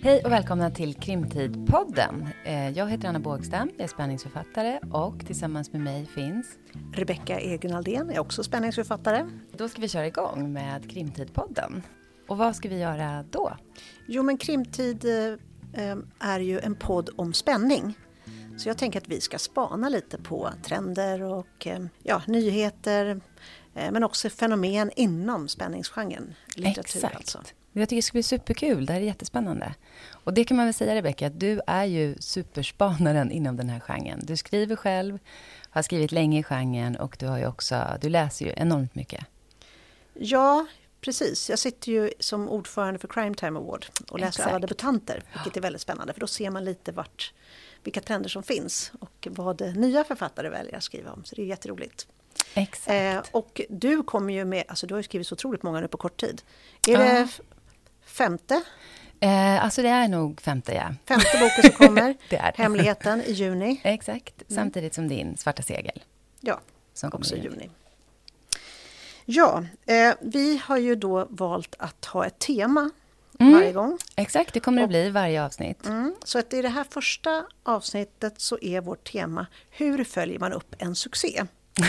Hej och välkomna till Krimtidpodden. Jag heter Anna Bågstam, jag är spänningsförfattare och tillsammans med mig finns Rebecka Egenaldén, är också spänningsförfattare. Då ska vi köra igång med Krimtidpodden. Och vad ska vi göra då? Jo, men Krimtid är ju en podd om spänning. Så jag tänker att vi ska spana lite på trender och nyheter, men också fenomen inom spänningsgenren. Litteratur. Exakt. Alltså. Jag tycker det ska bli superkul, det här är jättespännande. Och det kan man väl säga, Rebecka, att du är ju superspanaren inom den här genren. Du skriver själv, har skrivit länge i genren och du läser ju enormt mycket. Ja, precis. Jag sitter ju som ordförande för Crime Time Award och läser alla debutanter, vilket är väldigt spännande. För då ser man lite vilka trender som finns och vad nya författare väljer att skriva om. Så det är jätteroligt. Exakt. Och du kommer ju med, alltså du har ju skrivit så otroligt många nu på kort tid. Är det femte? Alltså det är nog femte, ja. Femte boken som kommer, det är. Hemligheten i juni. Exakt, samtidigt som din Svarta segel. Ja, som kommer också i juni. Ja, vi har ju då valt att ha ett tema varje gång. Exakt, det kommer det bli varje avsnitt. Så att i det här första avsnittet så är vårt tema: hur följer man upp en succé?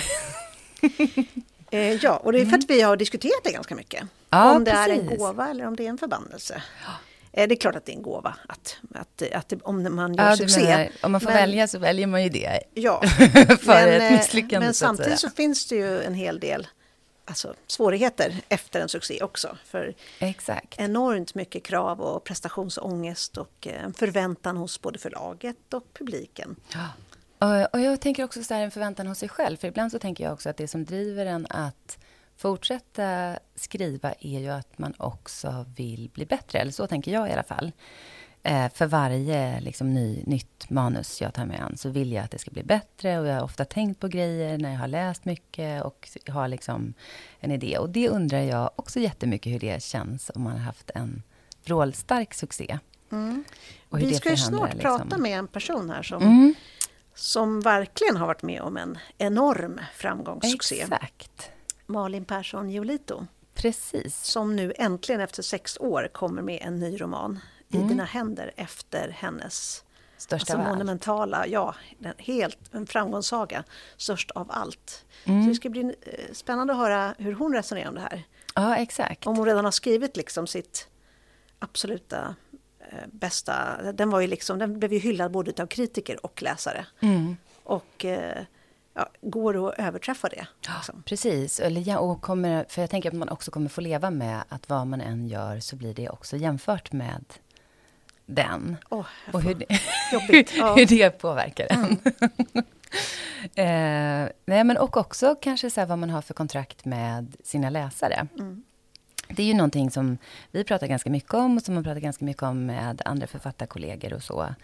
Ja, och det är för att vi har diskuterat det ganska mycket. Ja, om det precis. är en gåva eller om det är en förbannelse. Det är klart att det är en gåva att om man gör succé. Menar, om man får välja så väljer man ju det. Ja, för ett misslyckande. Men samtidigt så finns det ju en hel del svårigheter efter en succé också. För Exakt. Enormt mycket krav och prestationsångest och en förväntan hos både förlaget och publiken. Ja. Och jag tänker också så här, en förväntan hos sig själv. För ibland så tänker jag också att det som driver en att fortsätta skriva är ju att man också vill bli bättre. Eller så tänker jag i alla fall. För varje nytt manus jag tar mig an så vill jag att det ska bli bättre. Och jag har ofta tänkt på grejer när jag har läst mycket och har en idé. Och det undrar jag också jättemycket hur det känns om man har haft en vrålstark succé. Och hur vi det ska ju förhindrar, snart prata med en person här som verkligen har varit med om en enorm framgångssuccé. Exakt. Malin Persson Giolito. Precis. Som nu äntligen efter 6 år kommer med en ny roman i dina händer efter hennes största monumentala, en framgångssaga, störst av allt. Så det ska bli spännande att höra hur hon resonerar om det här. Ja, exakt. Om hon redan har skrivit sitt absoluta bästa, den blev ju hyllad både av kritiker och läsare. Och går att överträffa det. Precis, för jag tänker att man också kommer få leva med att vad man än gör så blir det också jämfört med den. Och hur det påverkar den. Men också kanske så här vad man har för kontrakt med sina läsare. Det är ju någonting som vi pratar ganska mycket om och som man pratar ganska mycket om med andra författarkollegor och så.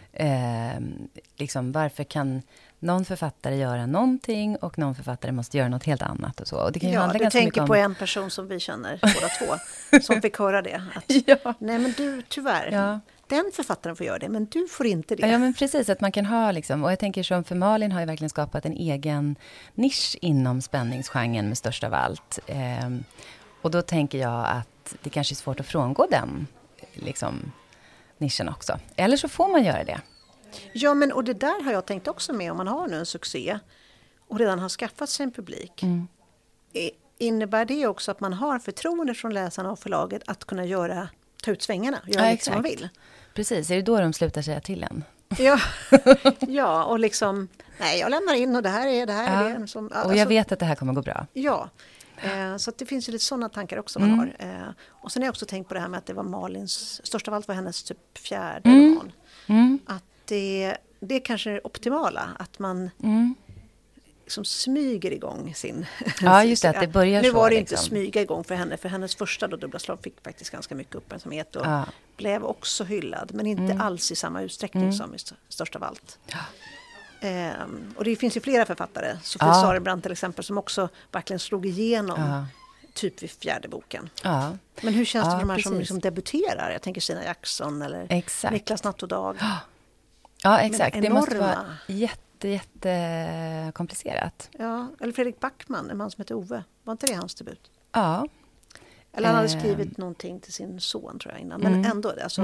Varför kan någon författare göra någonting och någon författare måste göra något helt annat och så. Och det kan ju handla du ganska tänker mycket om... på en person som vi känner båda två som fick höra det. Nej men du, tyvärr. Den författaren får göra det, men du får inte det. Ja, men precis. Att man kan ha och jag tänker som för Malin har ju verkligen skapat en egen nisch inom spänningsgenren med störst av allt. Och då tänker jag att det kanske är svårt att frångå den nischen också. Eller så får man göra det. Ja, men och det där har jag tänkt också med om man har nu en succé och redan har skaffat sig en publik. Innebär det också att man har förtroende från läsarna och förlaget att kunna ta ut svängarna och göra som man vill? Precis, är det då de slutar säga till en? Ja, och nej, jag lämnar in och det här är det. Och jag vet att det här kommer gå bra. Ja, så att det finns ju lite sådana tankar också man har. Och sen har jag också tänkt på det här med att det var Malins, största av allt var hennes typ 4:e roman. Att det kanske är det optimala, att man smyger igång sin... Ja, just det, att det börjar nu så. Nu var det inte smyga igång för henne, för hennes första Dubbla slag fick faktiskt ganska mycket uppmärksamhet och blev också hyllad, men inte alls i samma utsträckning som i största av allt. Och det finns ju flera författare, Sofie Sarenbrant till exempel, som också verkligen slog igenom typ vid 4:e boken. Men hur känns det för de här som debuterar? Jag tänker Stina Jackson eller Niklas Nattodag. Ja, exakt. Det måste vara jätte komplicerat. Ja, eller Fredrik Backman, en man som heter Ove. Var inte det hans debut? Ja. Eller han hade skrivit någonting till sin son tror jag innan. Men ändå, alltså,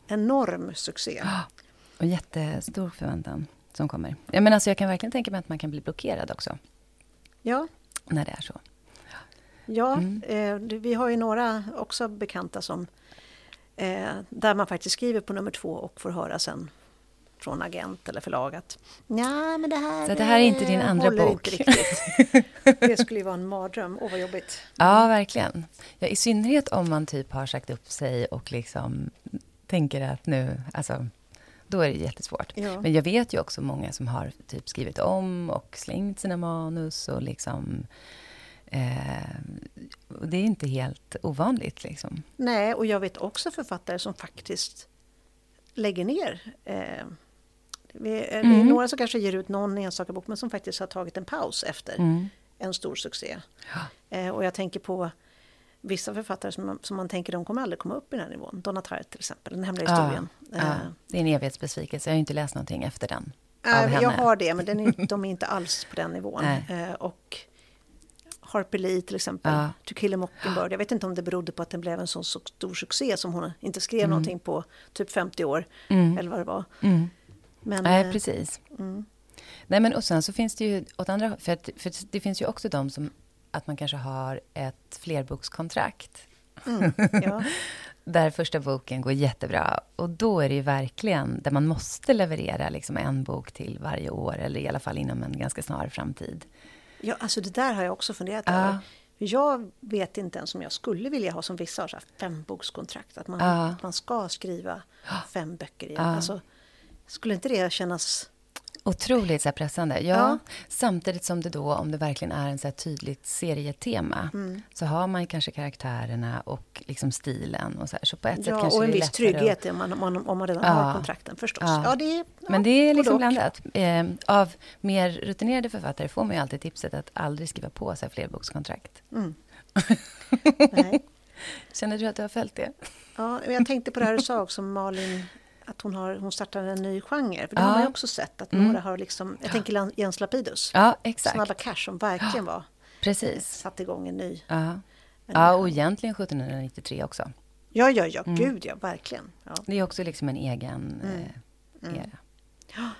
enorm succé. Och jättestor förväntan som kommer. Men alltså jag kan verkligen tänka mig att man kan bli blockerad också. Ja. När det är så. Ja, vi har ju några också bekanta som där man faktiskt skriver på nummer 2 och får höra sen från agent eller förlag att nej, men det här, så det här är inte din andra bok. Inte riktigt. Det skulle ju vara en mardröm. Vad jobbigt. Ja, verkligen. Ja, i synnerhet om man typ har sagt upp sig och liksom tänker att nu, alltså, då är det jättesvårt. Ja. Men jag vet ju också många som har typ skrivit om och slängt sina manus och liksom och det är inte helt ovanligt liksom. Nej, och jag vet också författare som faktiskt lägger ner. Det är några som kanske ger ut någon enstaka bok men som faktiskt har tagit en paus efter en stor succé. Ja. Och jag tänker på vissa författare som man tänker de kommer aldrig komma upp i den här nivån. Donna Tartt till exempel, Den hemliga historien. Ja. Det är en evighetsbesvikelse. Jag har inte läst någonting efter den. Jag har det, men de är inte alls på den nivån. Och Harper Lee till exempel, To Kill a Mockingbird. Jag vet inte om det berodde på att den blev en så stor succé som hon inte skrev någonting på typ 50 år. Eller vad det var. Men, nej, precis. Nej, men och sen så finns det ju åt andra, för det finns ju också de som att man kanske har ett flerbokskontrakt. Ja. Där första boken går jättebra. Och då är det ju verkligen där man måste leverera liksom en bok till varje år. Eller i alla fall inom en ganska snar framtid. Ja, alltså det där har jag också funderat över. Jag vet inte ens om jag skulle vilja ha som vissa har så här 5-bokskontrakt. Att man ska skriva 5 böcker igen. Alltså, skulle inte det kännas... Otroligt så här pressande. Ja. Samtidigt som det då, om det verkligen är en så här tydligt serietema, så har man kanske karaktärerna och liksom stilen och så här. Så på ett sätt kanske och en det är viss trygghet om man redan har kontrakten förstås. Men det är liksom blandat. Av mer rutinerade författare får man ju alltid tipset att aldrig skriva på sig flerbokskontrakt. Nej. Känner du att du har följt det? Ja, jag tänkte på det här du sa också, Malin, att hon startar en ny genre. För det har man ju också sett att några har liksom, jag tänker Jens Lapidus. Ja, exakt. Snabba Cash som verkligen var satt igång en ny. Och egentligen 1793 också. Ja, gud ja, verkligen. Ja. Det är också liksom en egen era.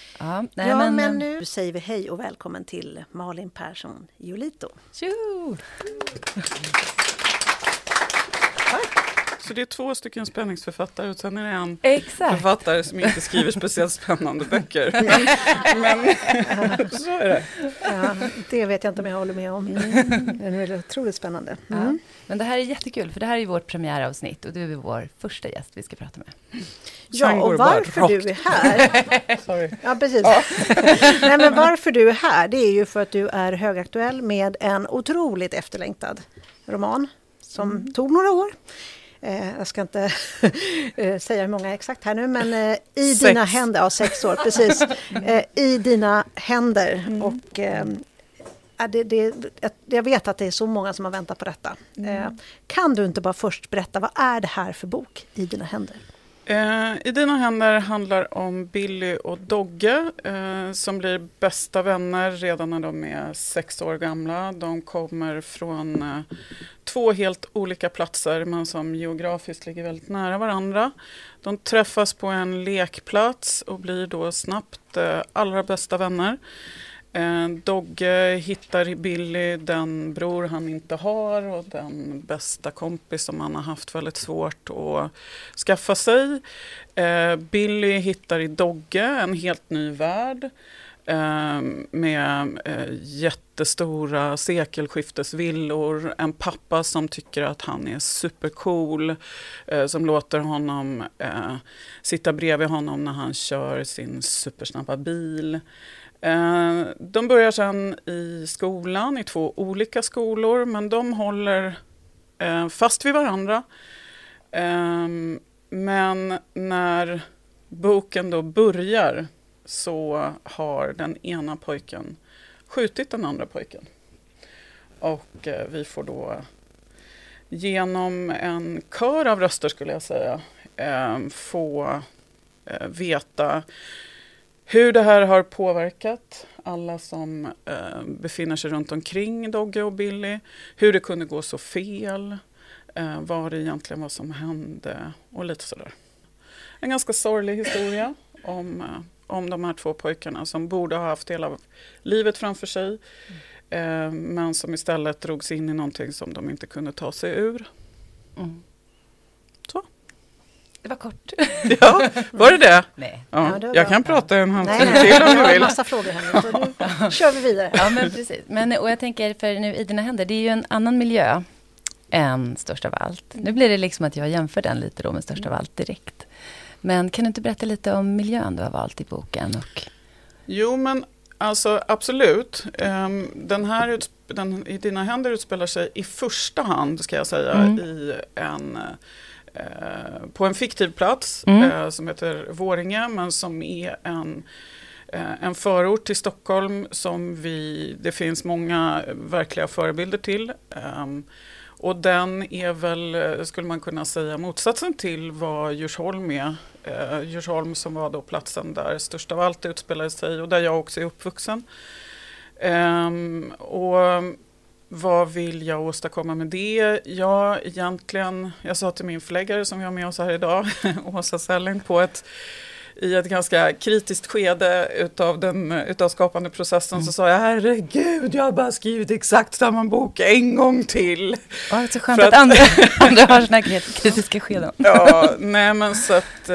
Men nu säger vi hej och välkommen till Malin Persson Giolito. Tjo! Så det är 2 stycken spänningsförfattare och sen är det en författare som inte skriver speciellt spännande böcker. Men så är det. Ja, det vet jag inte om jag håller med om. Det är otroligt spännande. Ja. Men det här är jättekul, för det här är ju vårt premiäravsnitt och du är vår första gäst vi ska prata med. Ja, och varför du är här... Sorry. Ja, precis. Nej, men varför du är här, det är ju för att du är högaktuell med en otroligt efterlängtad roman som tog några år. Jag ska inte säga hur många exakt här nu, men i dina händer, 6 år, precis. I dina händer. Och jag vet att det är så många som har väntat på detta. Kan du inte bara först berätta, vad är det här för bok, I dina händer? I dina händer handlar om Billy och Dogge som blir bästa vänner redan när de är 6 år gamla. De kommer från 2 helt olika platser men som geografiskt ligger väldigt nära varandra. De träffas på en lekplats och blir då snabbt allra bästa vänner. Dogge hittar i Billy den bror han inte har och den bästa kompis som han har haft väldigt svårt att skaffa sig. Billy hittar i Dogge en helt ny värld med jättestora sekelskiftesvillor. En pappa som tycker att han är supercool, som låter honom sitta bredvid honom när han kör sin supersnabba bil. De börjar sedan i skolan, i 2 olika skolor, men de håller fast vid varandra. Men när boken då börjar så har den ena pojken skjutit den andra pojken. Och vi får då genom en kör av röster, skulle jag säga, få veta hur det här har påverkat alla som befinner sig runt omkring Dogge och Billy. Hur det kunde gå så fel. Vad det egentligen var som hände och lite sådär. en ganska sorglig historia om de här 2 pojkarna som borde ha haft hela livet framför sig. Men som istället drogs in i någonting som de inte kunde ta sig ur. Så. Det var kort. Ja, var det det? Nej. Ja, det var jag bra. kan prata en halvtimme Nej, till om jag du har en vill. massa frågor här nu, så nu kör vi vidare. Ja, men precis. Och jag tänker, för nu i dina händer, det är ju en annan miljö än Störst av allt. Nu blir det liksom att jag jämför den lite då med Störst av allt direkt. Men kan du inte berätta lite om miljön du har valt i boken? Jo, men alltså absolut. I dina händer utspelar sig i första hand, ska jag säga, på en fiktiv plats som heter Våringe, men som är en förort till Stockholm som det finns många verkliga förebilder till. Och den är väl, skulle man kunna säga, motsatsen till vad Djursholm är. Djursholm som var då platsen där Störst av allt utspelade sig och där jag också är uppvuxen. Och vad vill jag åstadkomma med det? Jag sa till min förläggare som vi har med oss här idag, Åsa Selling, i ett ganska kritiskt skede utav skapande processen så sa jag, herregud, jag har bara skrivit exakt samma bok en gång till. Ja, det är så skönt att andra har såna här kritiska skeden. Ja, nej men så att...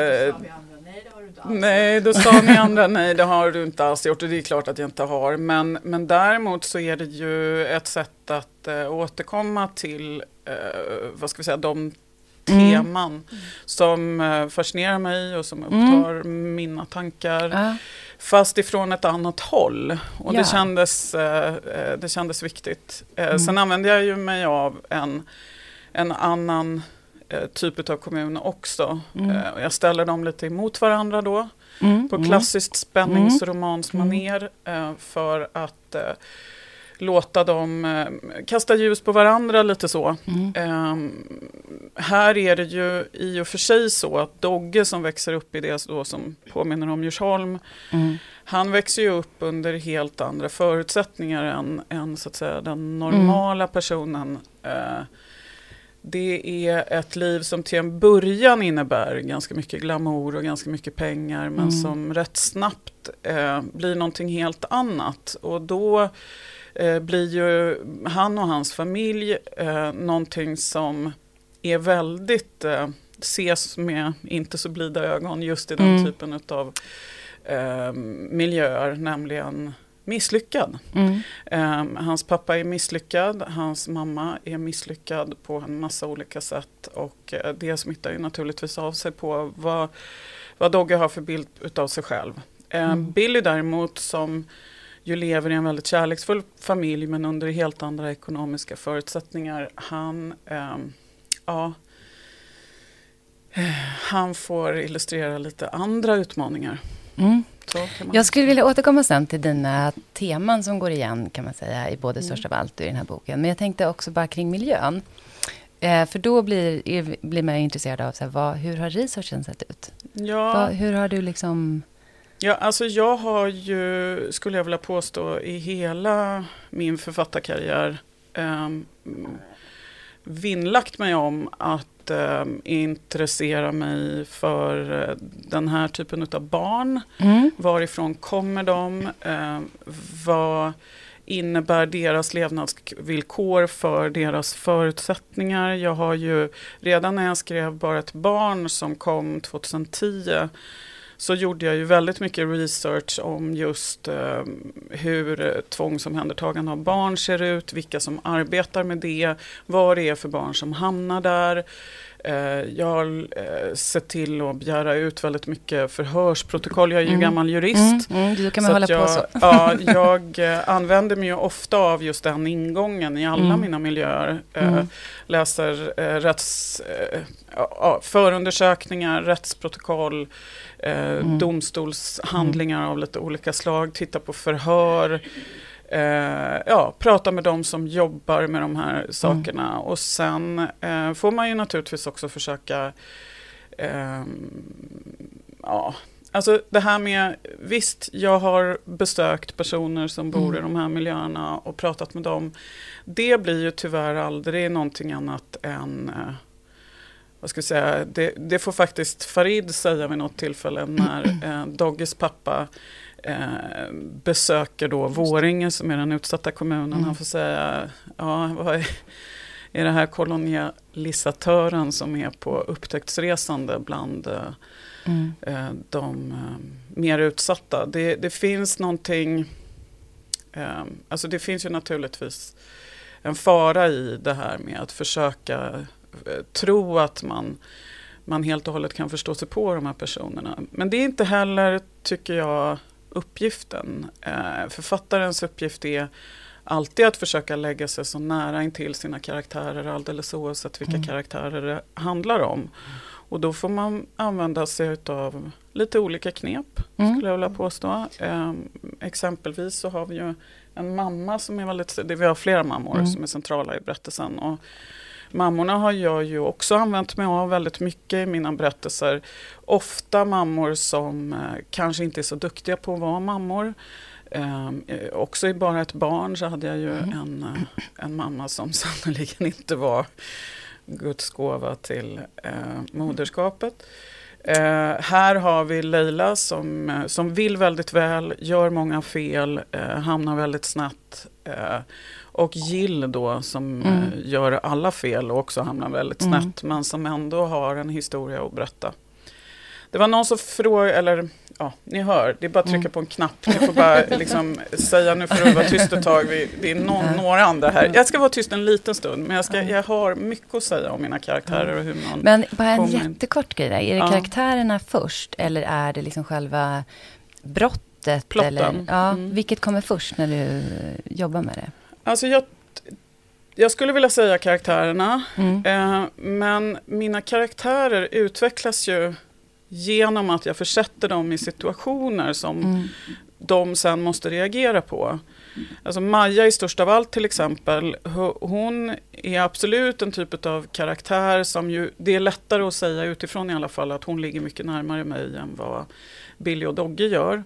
Nej, då sa ni andra, nej det har du inte alls gjort och det är klart att jag inte har. Men däremot så är det ju ett sätt att återkomma till, vad ska vi säga, de teman som fascinerar mig och som upptar mina tankar. Fast ifrån ett annat håll. Och det kändes viktigt. Sen använde jag ju mig av en annan typ av kommun också. Jag ställer dem lite emot varandra då. På klassiskt spänningsromansmaner för att låta dem kasta ljus på varandra lite så. Här är det ju i och för sig så att Dogge som växer upp i det då som påminner om Djursholm, han växer ju upp under helt andra förutsättningar än så att säga den normala personen. Det är ett liv som till en början innebär ganska mycket glamour och ganska mycket pengar men som rätt snabbt blir någonting helt annat. Och då blir ju han och hans familj någonting som är väldigt ses med inte så blida ögon just i den typen av miljöer, nämligen misslyckad. Hans pappa är misslyckad, hans mamma är misslyckad på en massa olika sätt och det smittar ju naturligtvis av sig på vad Dogge har för bild utav sig själv. Billy däremot som ju lever i en väldigt kärleksfull familj men under helt andra ekonomiska förutsättningar, han får illustrera lite andra utmaningar. Jag skulle vilja återkomma sen till dina teman som går igen kan man säga i både Störst av allt och i den här boken. Men jag tänkte också bara kring miljön. För då blir man intresserad av så här, hur har researchen sett ut? Ja. Hur har du liksom... Ja, alltså jag har ju, skulle jag vilja påstå, i hela min författarkarriär vinnlagt mig om att intressera mig för den här typen av barn. Varifrån kommer de? Vad innebär deras levnadsvillkor för deras förutsättningar? Jag har ju redan när jag skrev Bara ett barn som kom 2010 så gjorde jag ju väldigt mycket research om just hur tvångsomhändertagande av barn ser ut, vilka som arbetar med det, vad det är för barn som hamnar där. Jag har sett till att begära ut väldigt mycket förhörsprotokoll. Jag är ju gammal jurist. Då kan man hålla på så. Ja, jag använder mig ju ofta av just den ingången i alla mina miljöer. Läser förundersökningar, rättsprotokoll, domstolshandlingar av lite olika slag, titta på förhör. Prata med dem som jobbar med de här sakerna och sen får man ju naturligtvis också försöka alltså det här med, visst jag har besökt personer som bor i de här miljöerna och pratat med dem, det blir ju tyvärr aldrig någonting annat än vad ska jag säga, det får faktiskt Farid säga vid något ttillfälle när Dogges pappa besöker då Våringe som är den utsatta kommunen. Han får säga, vad är det här kolonialisatören som är på upptäcktsresande bland de mer utsatta. Det finns någonting, alltså det finns ju naturligtvis en fara i det här med att försöka tro att man helt och hållet kan förstå sig på de här personerna. Men det är inte heller, tycker jag, uppgiften. Författarens uppgift är alltid att försöka lägga sig så nära in till sina karaktärer, alldeles oavsett vilka karaktärer det handlar om. Och då får man använda sig av lite olika knep, skulle jag vilja påstå. Exempelvis så har vi ju en mamma som är väldigt, vi har flera mammor som är centrala i berättelsen. Och mammorna har jag ju också använt mig av väldigt mycket i mina berättelser. Ofta mammor som kanske inte är så duktiga på att vara mammor. Också i Bara ett barn så hade jag ju en mamma som sannoliken inte var Guds gåva till moderskapet. Här har vi Leila som vill väldigt väl, gör många fel, hamnar väldigt snett. Och Jill då som gör alla fel och också hamnar väldigt snett, men som ändå har en historia att berätta. Det var någon som frågade, eller ja, ni hör, det är bara att trycka på en knapp. Ni får bara liksom säga, nu får du vara tyst ett tag, det är några andra här. Jag ska vara tyst en liten stund, men jag har mycket att säga om mina karaktärer och hur man. Men bara en jättekort grej där. Är det karaktärerna först, eller är det liksom själva brottet? Plotten. Eller, vilket kommer först när du jobbar med det? Alltså jag skulle vilja säga karaktärerna, men mina karaktärer utvecklas ju genom att jag försätter dem i situationer som de sen måste reagera på. Alltså Maja i Största av allt till exempel, hon är absolut en typ av karaktär som ju, det är lättare att säga utifrån i alla fall att hon ligger mycket närmare mig än vad Billy och Dogge gör.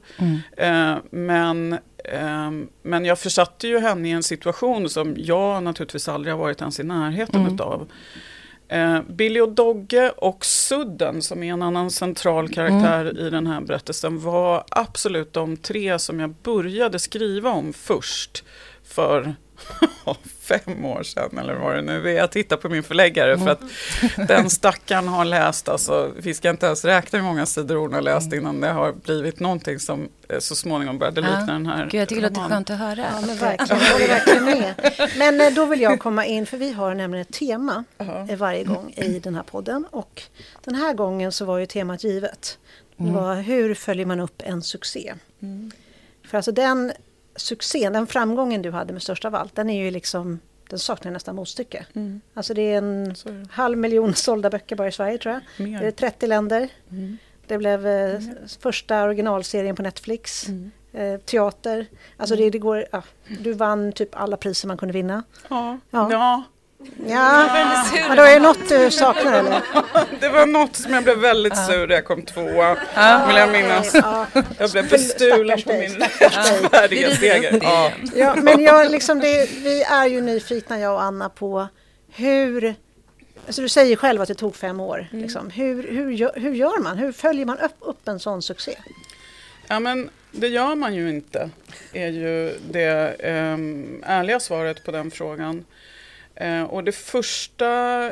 Men jag försatte ju henne i en situation som jag naturligtvis aldrig har varit ens i närheten utav. Billy och Dogge och Sudden som är en annan central karaktär i den här berättelsen var absolut de tre som jag började skriva om först för 5 år sedan eller vad det nu är. Jag tittar på min förläggare för att den stackaren har läst, alltså vi ska inte ens räkna hur många sidor hon har läst innan det har blivit någonting som så småningom började likna den här. Gud, jag tycker det låter skönt att höra. Ja, men verkligen, jag håller verkligen med. Men då vill jag komma in, för vi har nämligen ett tema varje gång i den här podden, och den här gången så var ju temat givet. Det var hur följer man upp en succé? För alltså den succén, den framgången du hade med Största av allt, den är ju liksom, den saknar nästan motstycke. Alltså det är en 500 000 sålda böcker bara i Sverige, tror jag. Mer. Det är 30 länder. Det blev första originalserien på Netflix. Teater. Alltså det går, du vann typ alla priser man kunde vinna. Ja. Men då är det något du saknar, eller? Det var något som jag blev väldigt sur när jag kom 2:a. Vill jag minnas. Jag blev bestulen på min färdiga seger. Ja, men jag, liksom vi är ju nyfikna, jag och Anna, på hur... Alltså du säger själv att det tog 5 år. Liksom. Hur gör man? Hur följer man upp en sån succé? Ja, men det gör man ju inte. Är ju det ärliga svaret på den frågan. Och det första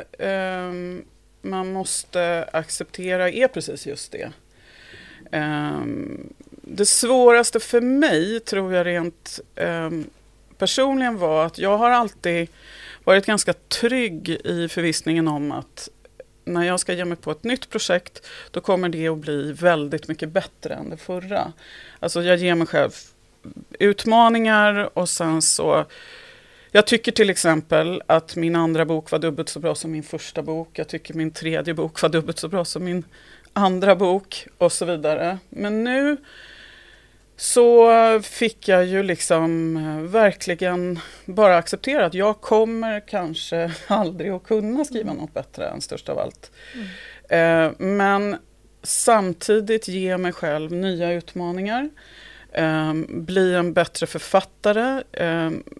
man måste acceptera är precis just det. Det svåraste för mig, tror jag rent personligen, var att jag har alltid varit ganska trygg i förvissningen om att när jag ska ge mig på ett nytt projekt, då kommer det att bli väldigt mycket bättre än det förra. Alltså jag ger mig själv utmaningar, och sen så... Jag tycker till exempel att min andra bok var dubbelt så bra som min första bok. Jag tycker min tredje bok var dubbelt så bra som min andra bok, och så vidare. Men nu så fick jag ju liksom verkligen bara acceptera att jag kommer kanske aldrig att kunna skriva något bättre än Största av allt. Men samtidigt ge mig själv nya utmaningar. Bli en bättre författare.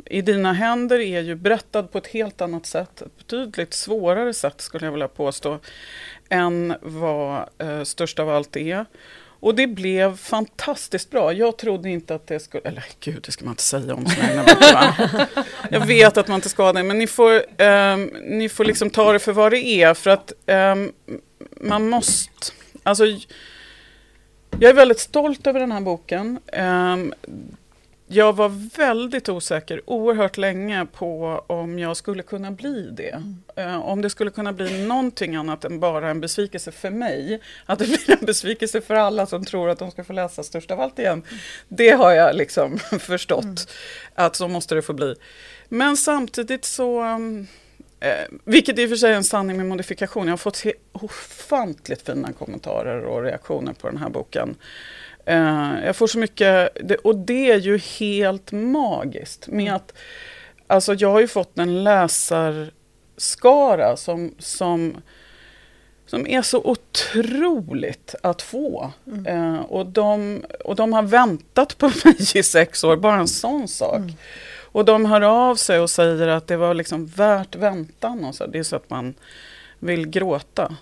I dina händer är ju berättad på ett helt annat sätt, ett betydligt svårare sätt skulle jag vilja påstå, än vad Störst av allt är. Och det blev fantastiskt bra. Jag trodde inte att det skulle... Eller gud, det ska man inte säga om sina egna böcker, va? Jag vet att man inte ska det, men ni får liksom ta det för vad det är. För att man måste... Alltså, jag är väldigt stolt över den här boken. Jag var väldigt osäker oerhört länge på om jag skulle kunna bli det. Om det skulle kunna bli någonting annat än bara en besvikelse för mig. Att det blir en besvikelse för alla som tror att de ska få läsa Störst av allt igen. Det har jag liksom förstått att så måste det få bli. Men samtidigt så... vilket i och för sig är en sanning med modifikation. Jag har fått ofantligt fina kommentarer och reaktioner på den här boken. Jag får så mycket, och det är ju helt magiskt med att, alltså jag har ju fått en läsarskara som är så otroligt att få. Och de har väntat på mig i 6 år, bara en sån sak. Och de hör av sig och säger att det var liksom värt väntan. Och så. Det är så att man vill gråta.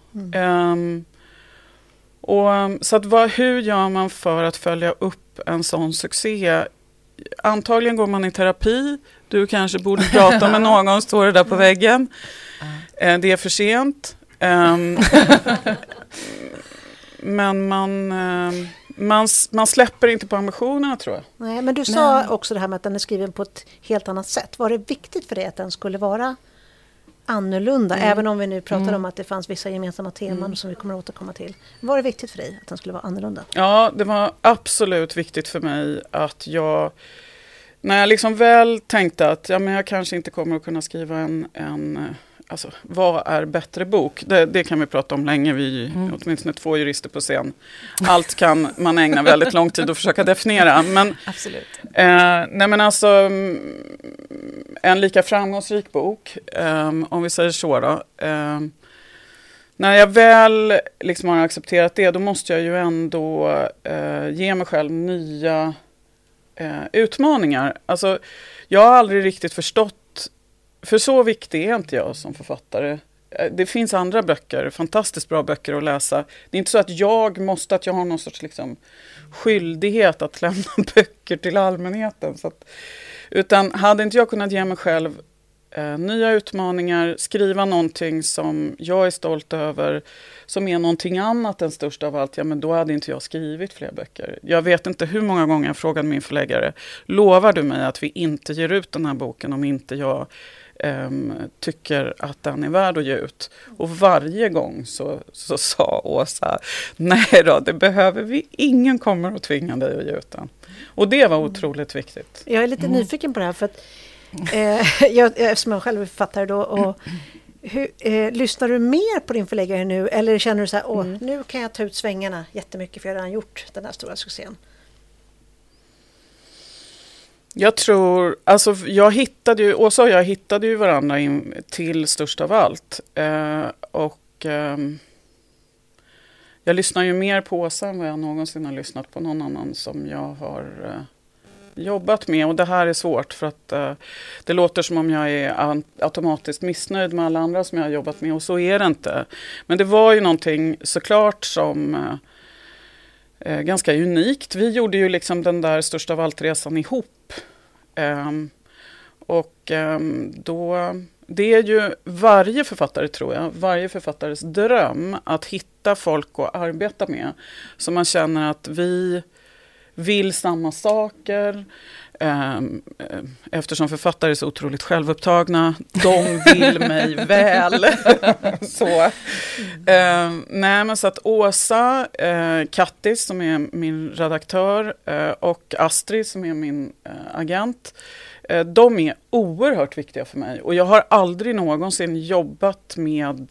Så att hur gör man för att följa upp en sån succé? Antagligen går man i terapi. Du kanske borde prata med någon, står det där på väggen. Det är för sent. Men man släpper inte på ambitionerna, tror jag. Nej, men du sa också det här med att den är skriven på ett helt annat sätt. Var det viktigt för dig att den skulle vara annorlunda, även om vi nu pratar om att det fanns vissa gemensamma teman som vi kommer att återkomma till? Var det viktigt för dig att den skulle vara annorlunda? Ja, det var absolut viktigt för mig att när jag liksom väl tänkte att men jag kanske inte kommer att kunna skriva en alltså, vad är bättre bok? Det kan vi prata om länge, vi är åtminstone 2 jurister på scen. Allt kan man ägna väldigt lång tid att försöka definiera. Men, absolut. Nej men alltså, en lika framgångsrik bok, om vi säger så då. När jag väl liksom har accepterat det, då måste jag ju ändå ge mig själv nya utmaningar. Alltså, jag har aldrig riktigt förstått, för så viktig är inte jag som författare. Det finns andra böcker, fantastiskt bra böcker att läsa. Det är inte så att jag har någon sorts liksom skyldighet att lämna böcker till allmänheten. Utan hade inte jag kunnat ge mig själv nya utmaningar, skriva någonting som jag är stolt över, som är någonting annat än Störst av allt, men då hade inte jag skrivit fler böcker. Jag vet inte hur många gånger jag frågade min förläggare, lovar du mig att vi inte ger ut den här boken om inte jag tycker att den är värd att ge ut? Och varje gång så sa Åsa, nej då, det behöver vi, ingen kommer att tvinga dig att ge ut den. Och det var otroligt viktigt. Jag är lite nyfiken på det här, för att eftersom jag själv är författare då, och lyssnar du mer på din förläggare nu, eller känner du så här, nu kan jag ta ut svängarna jättemycket för jag har redan gjort den här stora succén? Jag tror, alltså jag hittade ju varandra till Störst av allt. Jag lyssnar ju mer på Åsa än vad jag någonsin har lyssnat på någon annan som jag har jobbat med. Och det här är svårt för att det låter som om jag är automatiskt missnöjd med alla andra som jag har jobbat med. Och så är det inte. Men det var ju någonting såklart som ganska unikt. Vi gjorde ju liksom den där Störst av allt-resan ihop. Det är ju varje författare, tror jag, varje författares dröm att hitta folk att arbeta med. Så man känner att vi vill samma saker. Eftersom författare är så otroligt självupptagna, de vill mig väl. Så. Nej, men så att Åsa, Kattis som är min redaktör, och Astrid som är min agent, de är oerhört viktiga för mig. Och jag har aldrig någonsin jobbat med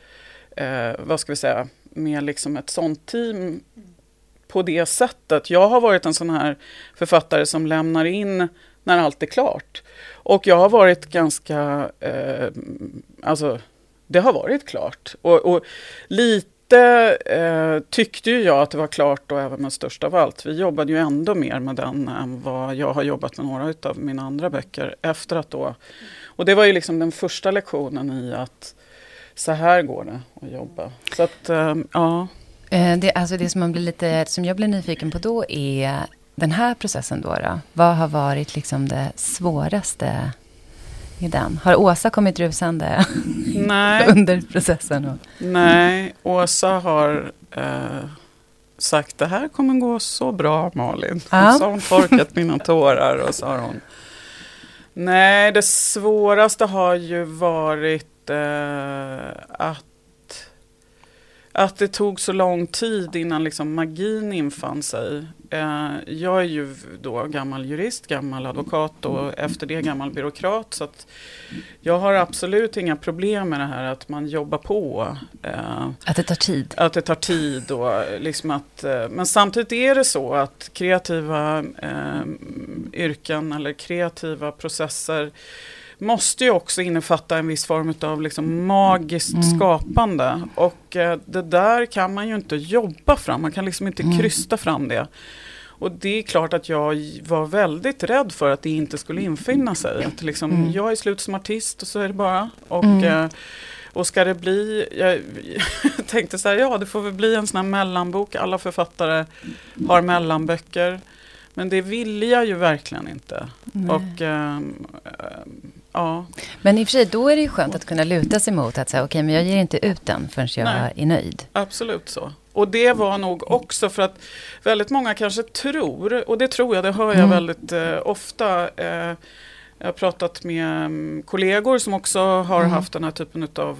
med liksom ett sånt team på det sättet. Jag har varit en sån här författare som lämnar in när allt är klart. Och jag har varit ganska, det har varit klart. Och lite tyckte ju jag att det var klart då även med Störst av allt. Vi jobbade ju ändå mer med den än vad jag har jobbat med några av mina andra böcker efter att då. Och det var ju liksom den första lektionen i att så här går det att jobba. Så att, ja. Det som jag blir nyfiken på då är den här processen då. Vad har varit liksom det svåraste i den? Har Åsa kommit rusande under processen? Nej, Åsa har sagt det här kommer gå så bra, Malin. Och så har hon torkat mina tårar och så har hon... Nej, det svåraste har ju varit att det tog så lång tid innan liksom magin infann sig. Jag är ju då gammal jurist, gammal advokat och efter det gammal byråkrat. Så att jag har absolut inga problem med det här att man jobbar på. Att det tar tid. Att det tar tid. Och liksom men samtidigt är det så att kreativa yrken eller kreativa processer måste ju också innefatta en viss form av liksom magiskt skapande. Och det där kan man ju inte jobba fram. Man kan liksom inte krysta fram det. Och det är klart att jag var väldigt rädd för att det inte skulle infinna sig. Att liksom, jag är slut som artist och så är det bara. Och ska det bli... Jag tänkte så här, det får väl bli en sån här mellanbok. Alla författare har mellanböcker. Men det ville jag ju verkligen inte. Och... ja. Men i och för sig, då är det ju skönt att kunna luta sig mot att säga, okej, men jag ger inte ut den förrän jag är nöjd. Absolut så. Och det var nog också för att väldigt många kanske tror, och det tror jag, det hör jag väldigt ofta. Jag har pratat med kollegor som också har haft den här typen av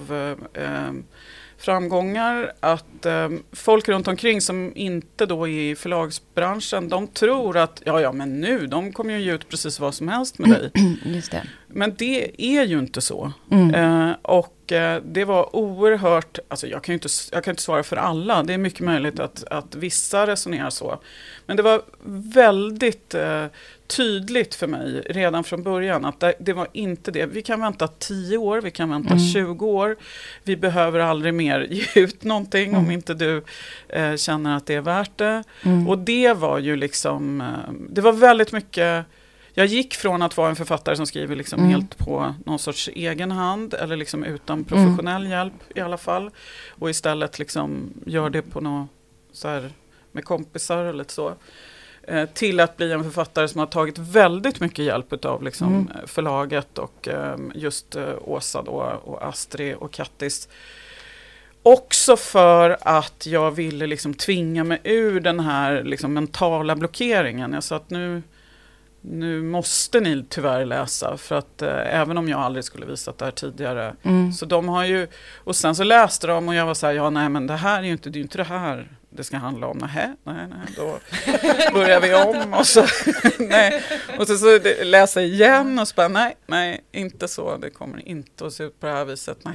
framgångar, att folk runt omkring som inte då är i förlagsbranschen, de tror att men nu, de kommer ju ge ut precis vad som helst med dig. Just det. Men det är ju inte så. Och det var oerhört, alltså jag kan inte svara för alla, det är mycket möjligt att vissa resonerar så. Men det var väldigt tydligt för mig redan från början att det var inte det. Vi kan vänta 10 år, vi kan vänta 20 år. Vi behöver aldrig mer ge ut någonting om inte du känner att det är värt det. Och det var ju liksom, det var väldigt mycket... Jag gick från att vara en författare som skriver liksom helt på någon sorts egen hand eller liksom utan professionell hjälp i alla fall. Och istället liksom gör det på något så här med kompisar eller lite så. Till att bli en författare som har tagit väldigt mycket hjälp av liksom förlaget och just Åsa då och Astrid och Kattis. Också för att jag ville liksom tvinga mig ur den här liksom mentala blockeringen. Jag sa att nu måste ni tyvärr läsa för att även om jag aldrig skulle visat det här tidigare så de har ju, och sen så läste de och jag var så här, men det här är ju inte det här det ska handla om. Nej, då börjar vi om och så och så läsa igen och så bara, nej, inte så, det kommer inte att se ut på det här viset. Nej.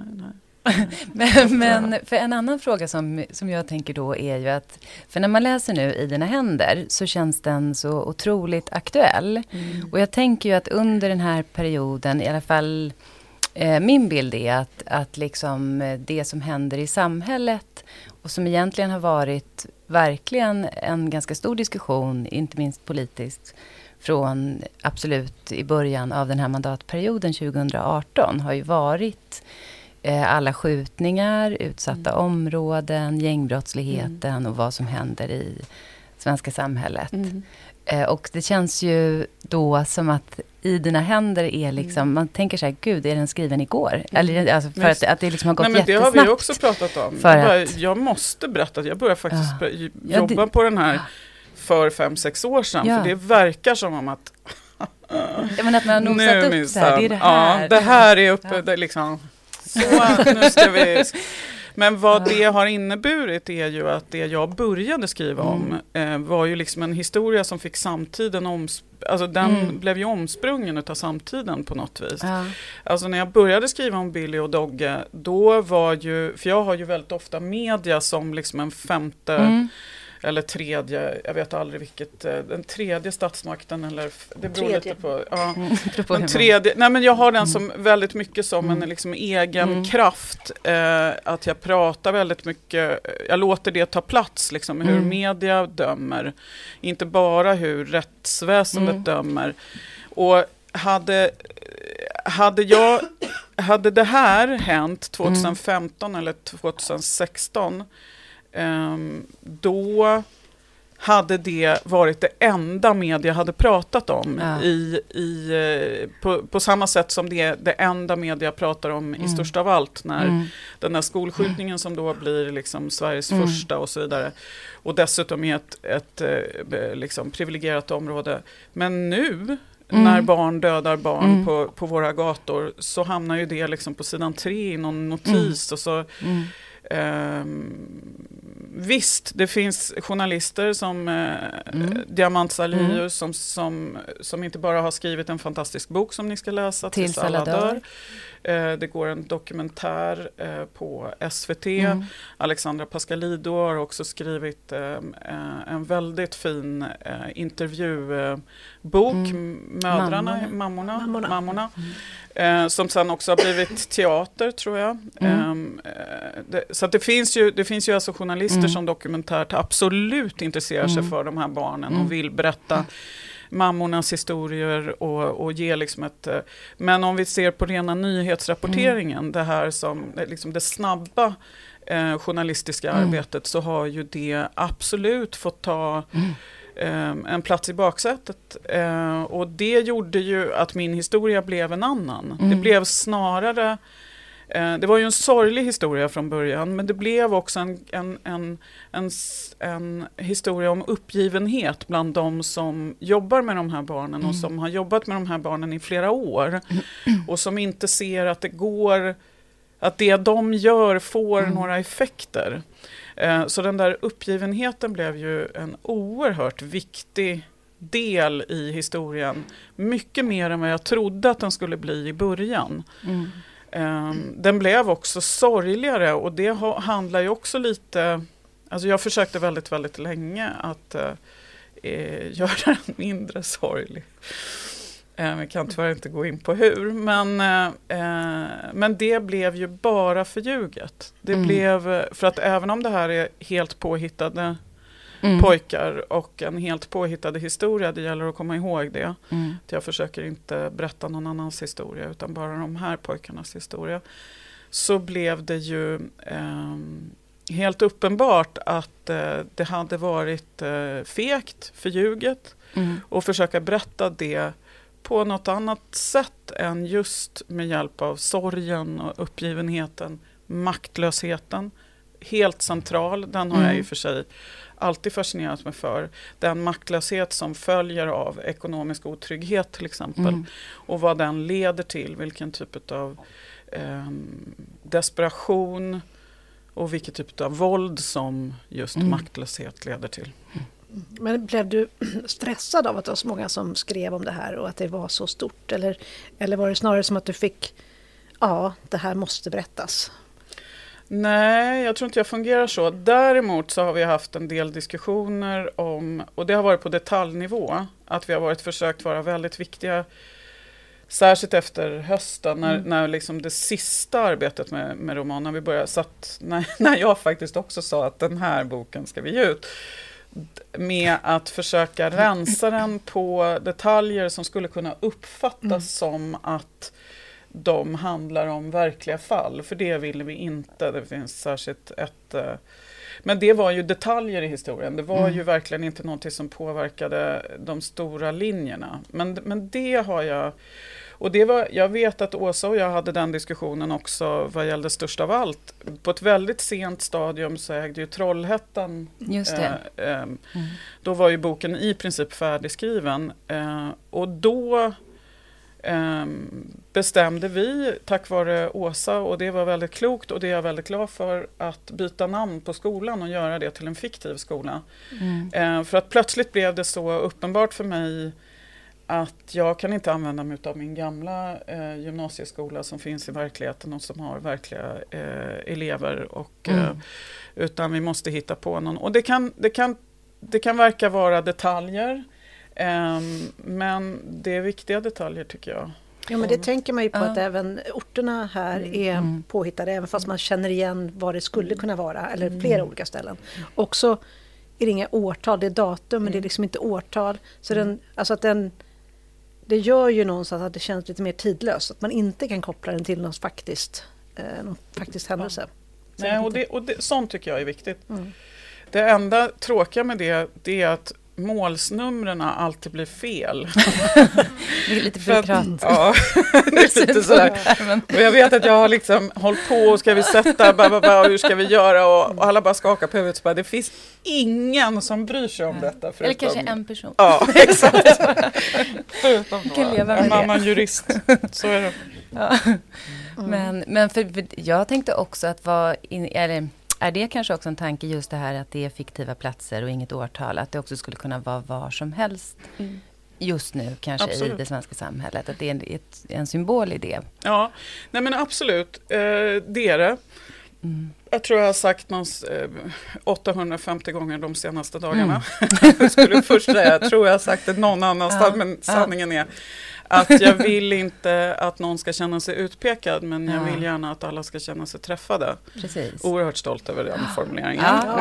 Men för en annan fråga som jag tänker då är ju att, för när man läser nu I dina händer så känns den så otroligt aktuell. Och jag tänker ju att under den här perioden, i alla fall min bild är att liksom det som händer i samhället och som egentligen har varit verkligen en ganska stor diskussion, inte minst politiskt, från absolut i början av den här mandatperioden 2018 har ju varit alla skjutningar, utsatta områden, gängbrottsligheten och vad som händer i svenska samhället. Och det känns ju då som att I dina händer är liksom, man tänker så här, gud, är den skriven igår? Eller alltså för att det liksom har gått jättesnabbt. Men det har vi också pratat om. Jag måste berätta att jag började faktiskt jobba på den här för 5-6 år sedan. För det verkar som om att men att man har nog satt upp så här, det är det här. Ja, det här är uppe, det liksom... Så nu ska vi... Men vad det har inneburit är ju att det jag började skriva om var ju liksom en historia som fick samtiden alltså den blev ju omsprungen utav samtiden på något vis. Alltså när jag började skriva om Billy och Dogge, då var ju, för jag har ju väldigt ofta media som liksom en femte eller tredje, jag vet aldrig vilket, den tredje statsmakten eller det beror lite på. Ja. Den tredje, nej men jag har den som väldigt mycket som en liksom egen kraft, att jag pratar väldigt mycket, jag låter det ta plats liksom, hur media dömer, inte bara hur rättsväsendet dömer. Och hade det här hänt 2015 eller 2016, då hade det varit det enda media hade pratat om på samma sätt som det är det enda media pratar om i största av allt, när den här skolskjutningen som då blir liksom Sveriges första och så vidare, och dessutom i ett liksom privilegierat område. Men nu när barn dödar barn på våra gator, så hamnar ju det liksom på sidan 3 i någon notis och så visst, det finns journalister som Diamant Salihu som inte bara har skrivit en fantastisk bok som ni ska läsa, Tills alla dör. Det går en dokumentär på SVT. Alexandra Pascalidou har också skrivit en väldigt fin intervjubok, Mammorna. Som sen också har blivit teater, tror jag. Så att det finns ju alltså journalister som dokumentärt absolut intresserar sig för de här barnen och vill berätta mammornas historier och ge liksom ett... Men om vi ser på rena nyhetsrapporteringen, det här som liksom det snabba journalistiska arbetet, så har ju det absolut fått ta en plats i baksätet. Och det gjorde ju att min historia blev en annan. Det blev snarare... Det var ju en sorglig historia från början, men det blev också en historia om uppgivenhet bland de som jobbar med de här barnen och som har jobbat med de här barnen i flera år och som inte ser att det går, att det de gör får några effekter. Så den där uppgivenheten blev ju en oerhört viktig del i historien, mycket mer än vad jag trodde att den skulle bli i början. Den blev också sorgligare, och det handlar ju också lite... Alltså jag försökte väldigt, väldigt länge att göra den mindre sorglig. Vi kan tyvärr inte gå in på hur, men det blev ju bara förljuget. Det blev, för att även om det här är helt påhittade pojkar och en helt påhittad historia, det gäller att komma ihåg det. Att jag försöker inte berätta någon annans historia utan bara de här pojkarnas historia. Så blev det ju helt uppenbart att det hade varit fegt, förljuget, och försöka berätta det på något annat sätt än just med hjälp av sorgen och uppgivenheten, maktlösheten. Helt central, den har jag ju för sig alltid fascinerat mig för. Den maktlöshet som följer av ekonomisk otrygghet till exempel. Och vad den leder till, vilken typ av desperation och vilket typ av våld som just maktlöshet leder till. Men blev du stressad av att det var så många som skrev om det här och att det var så stort? Eller var det snarare som att du fick, det här måste berättas? Nej, jag tror inte jag fungerar så. Däremot så har vi haft en del diskussioner om, och det har varit på detaljnivå, att vi har försökt vara väldigt viktiga, särskilt efter hösten, när liksom det sista arbetet med romanen vi började, så att när jag faktiskt också sa att den här boken ska vi ge ut, med att försöka rensa den på detaljer som skulle kunna uppfattas som att de handlar om verkliga fall, för det ville vi inte. Det finns särskilt men det var ju detaljer i historien. Det var ju verkligen inte något som påverkade de stora linjerna. Men det har jag... Och jag vet att Åsa och jag hade den diskussionen också vad gällde Störst av allt. På ett väldigt sent stadium så ägde ju Trollhättan... Just det. Då var ju boken i princip färdigskriven. Och då... bestämde vi, tack vare Åsa, och det var väldigt klokt och det är jag väldigt glad för, att byta namn på skolan och göra det till en fiktiv skola. För att plötsligt blev det så uppenbart för mig att jag kan inte använda mig av min gamla gymnasieskola som finns i verkligheten och som har verkliga elever. Utan vi måste hitta på någon. Och det kan verka vara detaljer, men det är viktiga detaljer tycker jag. Ja, men det tänker man ju på att även orterna här är påhittade, även fast man känner igen vad det skulle kunna vara, eller flera olika ställen. Också är det inga årtal, det är datum, men det är liksom inte årtal. Så det gör ju någonstans att det känns lite mer tidlöst, att man inte kan koppla den till något faktiskt händelse. Nej, sånt tycker jag är viktigt. Det enda tråkiga med det är att målsnumren alltid blir fel. Det är lite byråkrat. Ja, det är lite sådär. Och jag vet att jag har liksom hållit på och ska vi sätta, hur ska vi göra? Och alla bara skakar på huvudet. Det finns ingen som bryr sig om detta. Eller kanske en person. Ja, exakt. Förutom en annan jurist. Så är det. Ja. Men för jag tänkte också att är det kanske också en tanke just det här att det är fiktiva platser och inget årtal, att det också skulle kunna vara var som helst just nu kanske. Absolut. I det svenska samhället, att det är en symbol i det. Ja, nej men absolut, det är det. Jag tror jag har sagt 850 gånger de senaste dagarna. Jag skulle först säga, jag tror jag har sagt det någon annanstans, men sanningen är att jag vill inte att någon ska känna sig utpekad, men jag vill gärna att alla ska känna sig träffade. Precis. Oerhört stolt över den formuleringen.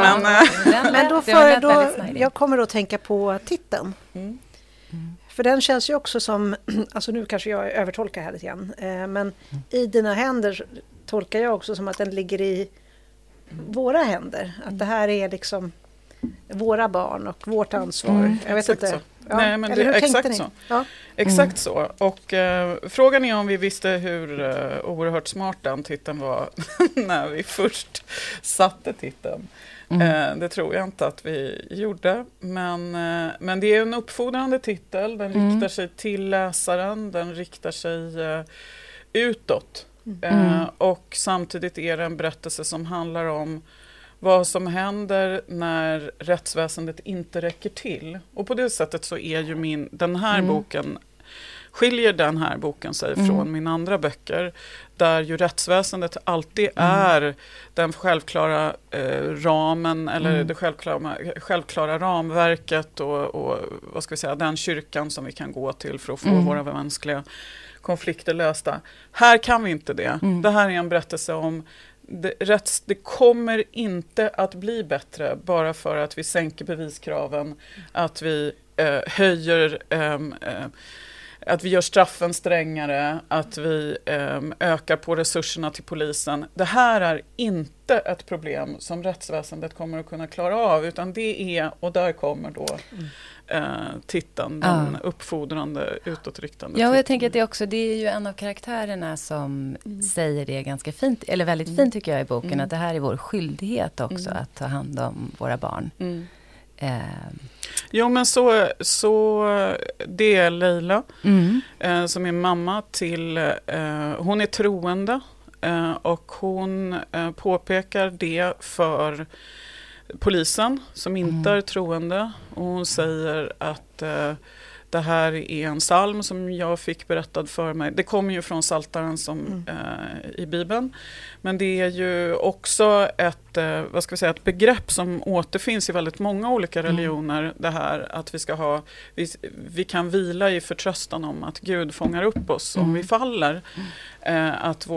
Men jag kommer då tänka på titeln. För den känns ju också som, alltså nu kanske jag övertolkar här lite grann, men i dina händer tolkar jag också som att den ligger i våra händer. Att det här är liksom våra barn och vårt ansvar. Jag vet inte. Ja. Nej, men det är exakt så. Ja. Exakt så. Och frågan är om vi visste hur oerhört smart den titeln var när vi först satte titeln. Det tror jag inte att vi gjorde. Men det är en uppfordrande titel. Den riktar sig till läsaren. Den riktar sig utåt. Och samtidigt är det en berättelse som handlar om vad som händer när rättsväsendet inte räcker till. Och på det sättet så är ju den här boken, skiljer den här boken sig från mina andra böcker, där ju rättsväsendet alltid är den självklara ramen, eller det självklara ramverket och vad ska vi säga, den kyrkan som vi kan gå till för att få våra mänskliga konflikter lösta. Här kan vi inte det. Det här är en berättelse om det kommer inte att bli bättre bara för att vi sänker beviskraven, att vi höjer, att vi gör straffen strängare, att vi ökar på resurserna till polisen. Det här är inte ett problem som rättsväsendet kommer att kunna klara av, utan det är, och där kommer då titeln, den uppfordrande, utåtriktande. Ja, och jag tänker att det är ju en av karaktärerna som säger det ganska fint, eller väldigt fint tycker jag i boken, att det här är vår skyldighet också att ta hand om våra barn. Jo, men så det är Leila som är mamma till, hon är troende och hon påpekar det för polisen som inte är troende, och hon säger att det här är en psalm som jag fick berättad för mig. Det kommer ju från Psaltaren som i Bibeln, men det är ju också ett begrepp som återfinns i väldigt många olika religioner, det här att vi kan vila i förtröstan om att Gud fångar upp oss om vi faller, att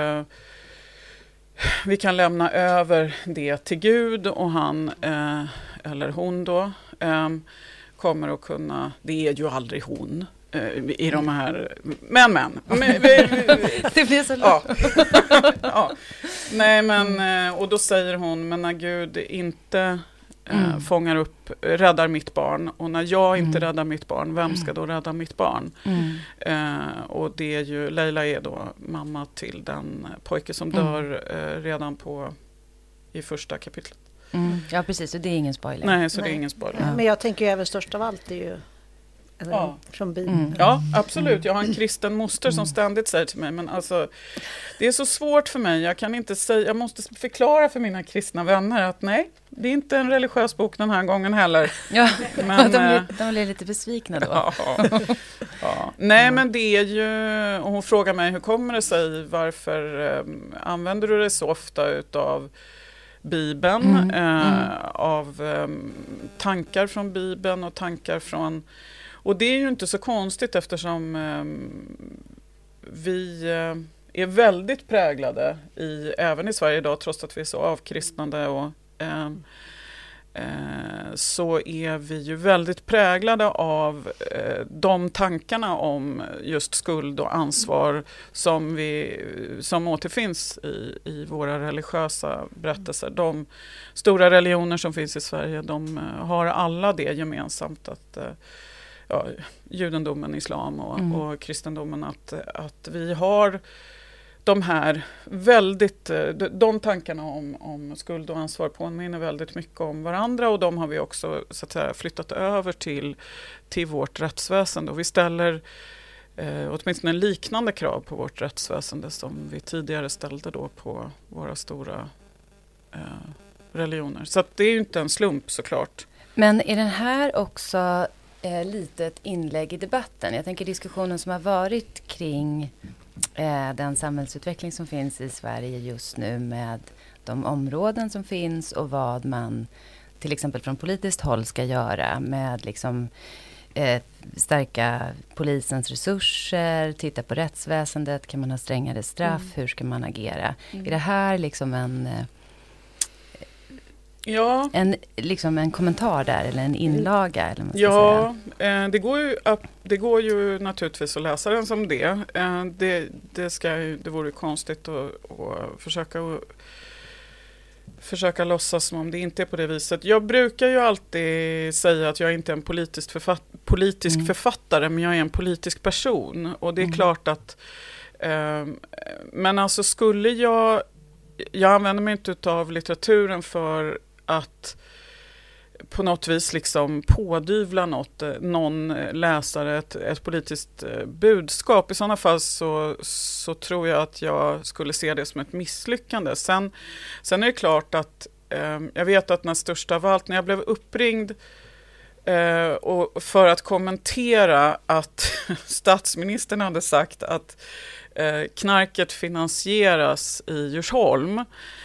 vi kan lämna över det till Gud, och han eller hon då kommer att kunna, det är ju aldrig hon i de här, men det blir så långt. Ja. Nej, men och då säger hon, men när Gud inte fångar upp, räddar mitt barn, och när jag inte räddar mitt barn, vem ska då rädda mitt barn? Och det är ju, Leila är då mamma till den pojke som dör redan i första kapitlet. Ja, precis, och det är ingen spoiler. Nej, så det är ingen spoiler. Men jag tänker ju även störst av allt är ju Eller från Bibeln. Ja, absolut. Jag har en kristen moster som ständigt säger till mig, men alltså, det är så svårt för mig. Jag måste förklara för mina kristna vänner att nej, det är inte en religiös bok den här gången heller. Ja, men, de blir lite besvikna då. Ja. Nej, men det är ju... Och hon frågar mig, hur kommer det sig? Varför använder du det så ofta utav Bibeln? Av tankar från Bibeln och tankar från... Och det är ju inte så konstigt eftersom vi är väldigt präglade även i Sverige idag, trots att vi är så avkristnade och så är vi ju väldigt präglade av de tankarna om just skuld och ansvar som återfinns i våra religiösa berättelser. De stora religioner som finns i Sverige, de har alla det gemensamt att judendomen, islam och kristendomen, att vi har de här de tankarna om skuld och ansvar påminner väldigt mycket om varandra, och de har vi också så att säga flyttat över till vårt rättsväsende, och vi ställer åtminstone liknande krav på vårt rättsväsende som vi tidigare ställde då på våra stora religioner. Så att det är ju inte en slump såklart. Men är den här också lite ett inlägg i debatten? Jag tänker diskussionen som har varit kring den samhällsutveckling som finns i Sverige just nu med de områden som finns och vad man till exempel från politiskt håll ska göra med liksom stärka polisens resurser, titta på rättsväsendet, kan man ha strängare straff, hur ska man agera? Är det här liksom en kommentar där eller en inlaga? Eller vad ska säga? Det går ju naturligtvis att läsa den som det. Det vore konstigt att försöka låtsas som om det inte är på det viset. Jag brukar ju alltid säga att jag inte är en politisk författare, men jag är en politisk person. Och det är klart att men alltså skulle jag använder mig inte av litteraturen för att på något vis liksom pådyvla någon läsare ett politiskt budskap. I sådana fall så tror jag att jag skulle se det som ett misslyckande. Sen är det klart att jag vet att när jag blev uppringd och för att kommentera att statsministern hade sagt att knarket finansieras i Djursholm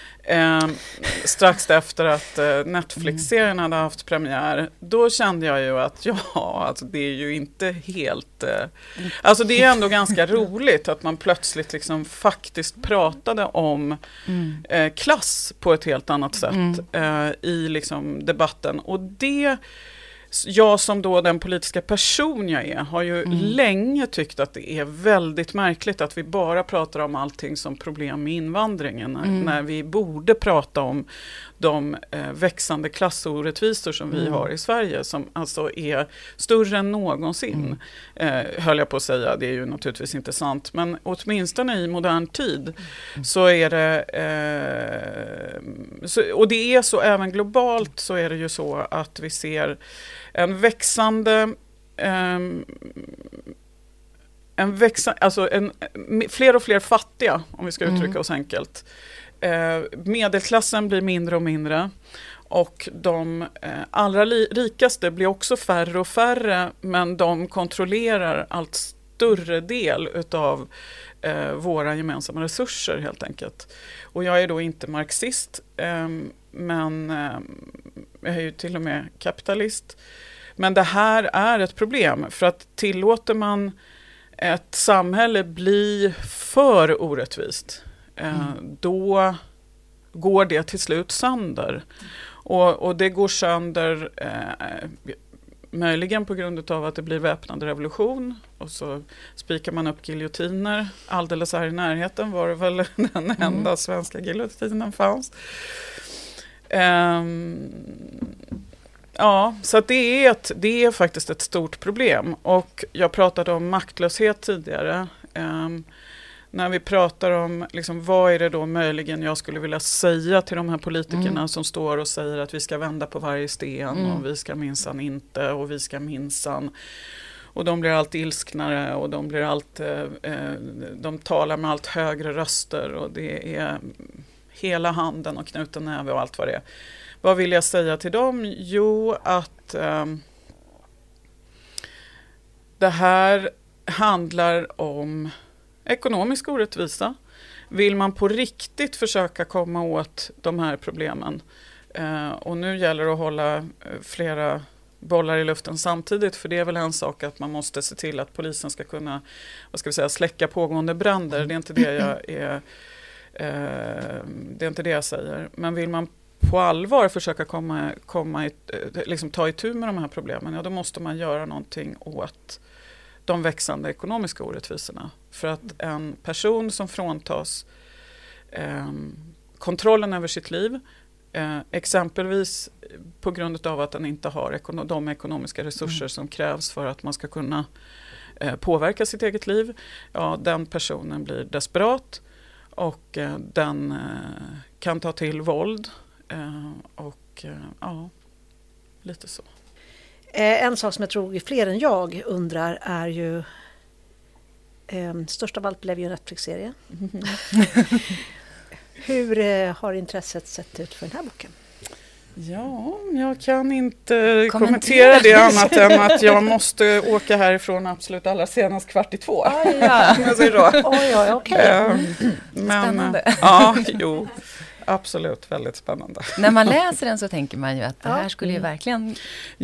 strax efter att Netflix-serien hade haft premiär, då kände jag ju att alltså det är ju inte helt... alltså det är ändå ganska roligt att man plötsligt liksom faktiskt pratade om klass på ett helt annat sätt i liksom debatten. Och det... Jag som då den politiska person jag är har ju länge tyckt att det är väldigt märkligt att vi bara pratar om allting som problem med invandringen när vi borde prata om de växande klassorättvisor som vi har i Sverige, som alltså är större än någonsin, höll jag på att säga. Det är ju naturligtvis inte sant, men åtminstone i modern tid så är det och det är så även globalt, så är det ju så att vi ser en växande fler och fler fattiga, om vi ska uttrycka oss enkelt. Medelklassen blir mindre och mindre, och de allra rikaste blir också färre och färre, men de kontrollerar allt större del utav våra gemensamma resurser helt enkelt. Och jag är då inte marxist, men jag är ju till och med kapitalist. Men det här är ett problem, för att tillåter man ett samhälle bli för orättvist, då går det till slut sönder. Och det går sönder möjligen på grund av att det blir väpnad revolution, och så spikar man upp giljotiner. Alldeles här i närheten var det väl den enda svenska giljotinen fanns. Ja, så att det är faktiskt ett stort problem. Och jag pratade om maktlöshet tidigare. När vi pratar om liksom, vad är det då möjligen jag skulle vilja säga till de här politikerna som står och säger att vi ska vända på varje sten och vi ska minsann inte och vi ska minsann. Och de blir allt ilsknare och de blir de talar med allt högre röster och det är hela handen och knuten näve och allt vad det är. Vad vill jag säga till dem? Jo, att det här handlar om ekonomisk orättvisa. Vill man på riktigt försöka komma åt de här problemen, och nu gäller det att hålla flera bollar i luften samtidigt, för det är väl en sak att man måste se till att polisen ska kunna, släcka pågående bränder. Det är inte det är inte det jag säger. Men vill man på allvar försöka ta itu med de här problemen, ja, då måste man göra någonting åt de växande ekonomiska orättvisorna. För att en person som fråntas kontrollen över sitt liv, exempelvis på grund av att den inte har de ekonomiska resurser som krävs för att man ska kunna påverka sitt eget liv, ja, den personen blir desperat och den kan ta till våld och lite så. En sak som jag tror fler än jag undrar är ju Störst av allt blev ju en Netflix-serie. Hur har intresset sett ut för den här boken? Ja, jag kan inte kommentera det annat än att jag måste åka härifrån absolut allra senast 1:15. Ja, okej. Spännande. Ja, jo. Absolut, väldigt spännande. När man läser den så tänker man ju att det här skulle ju verkligen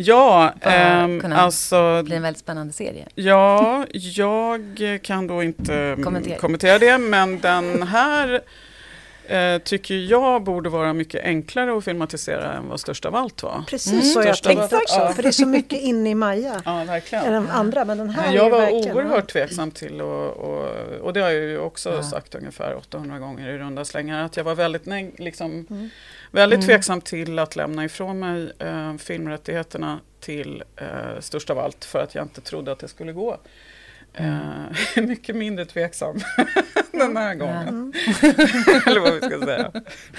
kunna bli en väldigt spännande serie. Ja, jag kan då inte kommentera det, men den här tycker jag borde vara mycket enklare att filmatisera än vad Störst av allt var. Precis, så jag tänkte också, för det är så mycket inne i Maja. Ja, verkligen. Än de andra, men den här jag var verkligen oerhört tveksam till och det har jag ju också sagt ungefär 800 gånger i runda slängar, att jag var väldigt tveksam till att lämna ifrån mig filmrättigheterna till Störst av allt, för att jag inte trodde att det skulle gå. Mycket mindre tveksam den här gången. Eller vad vi ska säga.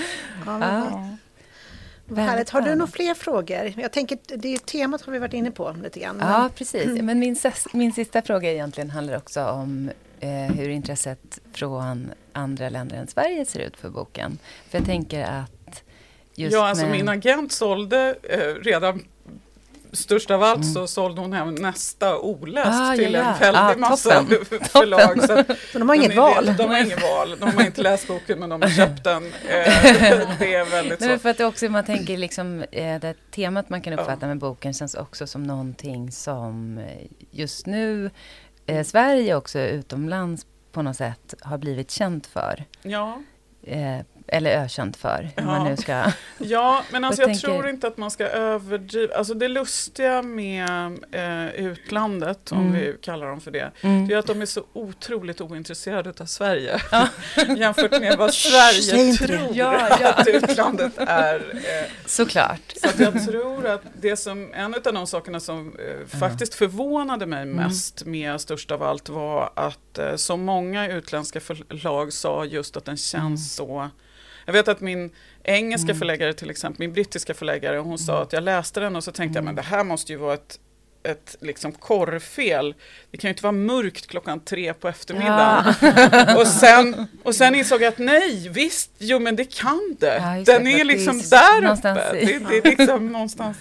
Härligt. Har du några fler frågor? Jag tänker, det temat har vi varit inne på lite grann. Ja, precis. Men min sista fråga egentligen handlar också om hur intresset från andra länder än Sverige ser ut för boken. För jag tänker att min agent sålde redan Störst av allt så sålde hon hem nästa oläst till en väldig massa förlag. Så de har inget val. De har inget val. De har inte läst boken, men de har köpt den. Det är väldigt så. För att också man tänker det temat man kan uppfatta med boken känns också som någonting som just nu Sverige också utomlands på något sätt har blivit känt för. Ja. Eller ökänt för. Man nu ska ja, men alltså jag tror inte att man ska överdriva. Alltså det lustiga med utlandet, om vi kallar dem för det, det är att de är så otroligt ointresserade av Sverige. Jämfört med vad Sverige tror att utlandet är. Såklart. Så att jag tror att en av de sakerna som faktiskt förvånade mig mest med Störst av allt var att så många utländska förlag sa just att den känns så. Jag vet att min engelska förläggare till exempel, min brittiska förläggare, hon sa att jag läste den och så tänkte jag, men det här måste ju vara ett liksom korrfel. Det kan ju inte vara mörkt 3:00 på eftermiddagen. Ja. Och sen insåg jag att nej, visst, men det kan det. Ja, den är liksom där uppe. Det är liksom någonstans.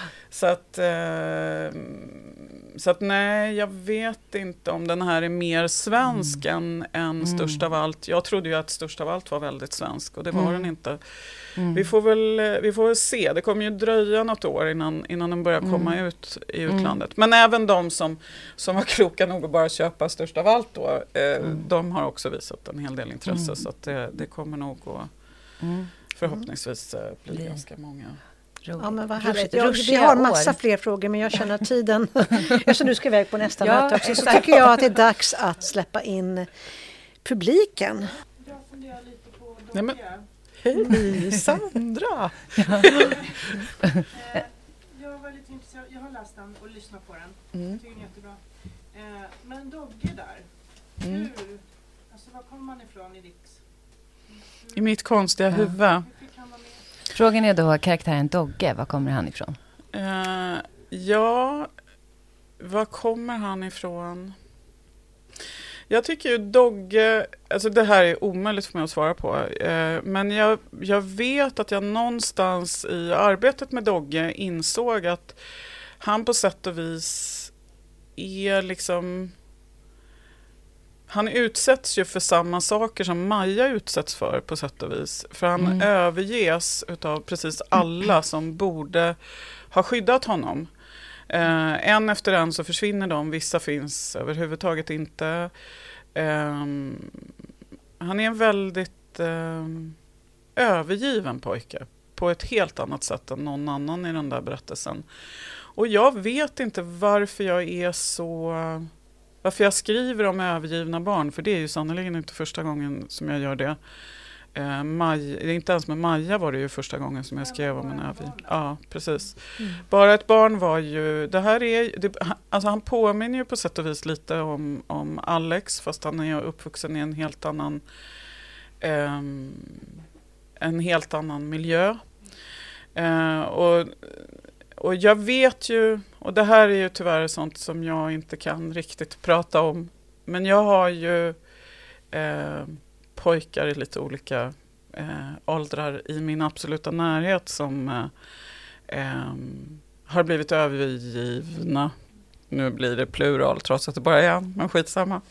Så att nej, jag vet inte om den här är mer svensk än Störst av allt. Jag trodde ju att Störst av allt var väldigt svensk och det var den inte. Vi får väl se. Det kommer ju dröja något år innan den börjar komma ut i utlandet. Men även de som var kloka nog att bara köpa Störst av allt då, de har också visat en hel del intresse. Så att det kommer nog att förhoppningsvis bli ganska många. Ja, men vad härligt. Vi har massa fler frågor, men jag känner tiden. Eftersom du ska iväg på nästa möte också, så tycker jag att det är dags att släppa in publiken. Jag funderar lite på hej, Sandra! Jag var lite intresserad. Jag har läst den och lyssnat på den. Jag tycker den är jättebra. Men Dogge där. Var kommer man ifrån i Riks? I mitt konstiga huvud. Frågan är då karaktären Dogge, var kommer han ifrån? var kommer han ifrån? Jag tycker ju Dogge, alltså det här är omöjligt för mig att svara på, men jag vet att jag någonstans i arbetet med Dogge insåg att han på sätt och vis är liksom, han utsätts ju för samma saker som Maja utsätts för på sätt och vis. För han överges utav precis alla som borde ha skyddat honom. En efter en så försvinner de, vissa finns överhuvudtaget inte. Han är en väldigt övergiven pojke på ett helt annat sätt än någon annan i den där berättelsen. Och jag vet inte varför varför jag skriver om övergivna barn, för det är ju sannolikt inte första gången som jag gör det. Inte ens med Maja var det ju första gången som jag skrev om en övergiven. Ja, precis. Bara ett barn var ju, alltså han påminner ju på sätt och vis lite om Alex, fast han är uppvuxen i en helt annan miljö. Och jag vet ju, och det här är ju tyvärr sånt som jag inte kan riktigt prata om, men jag har ju pojkar i lite olika åldrar i min absoluta närhet som har blivit övergivna. Nu blir det plural trots att det bara är en, men skitsamma.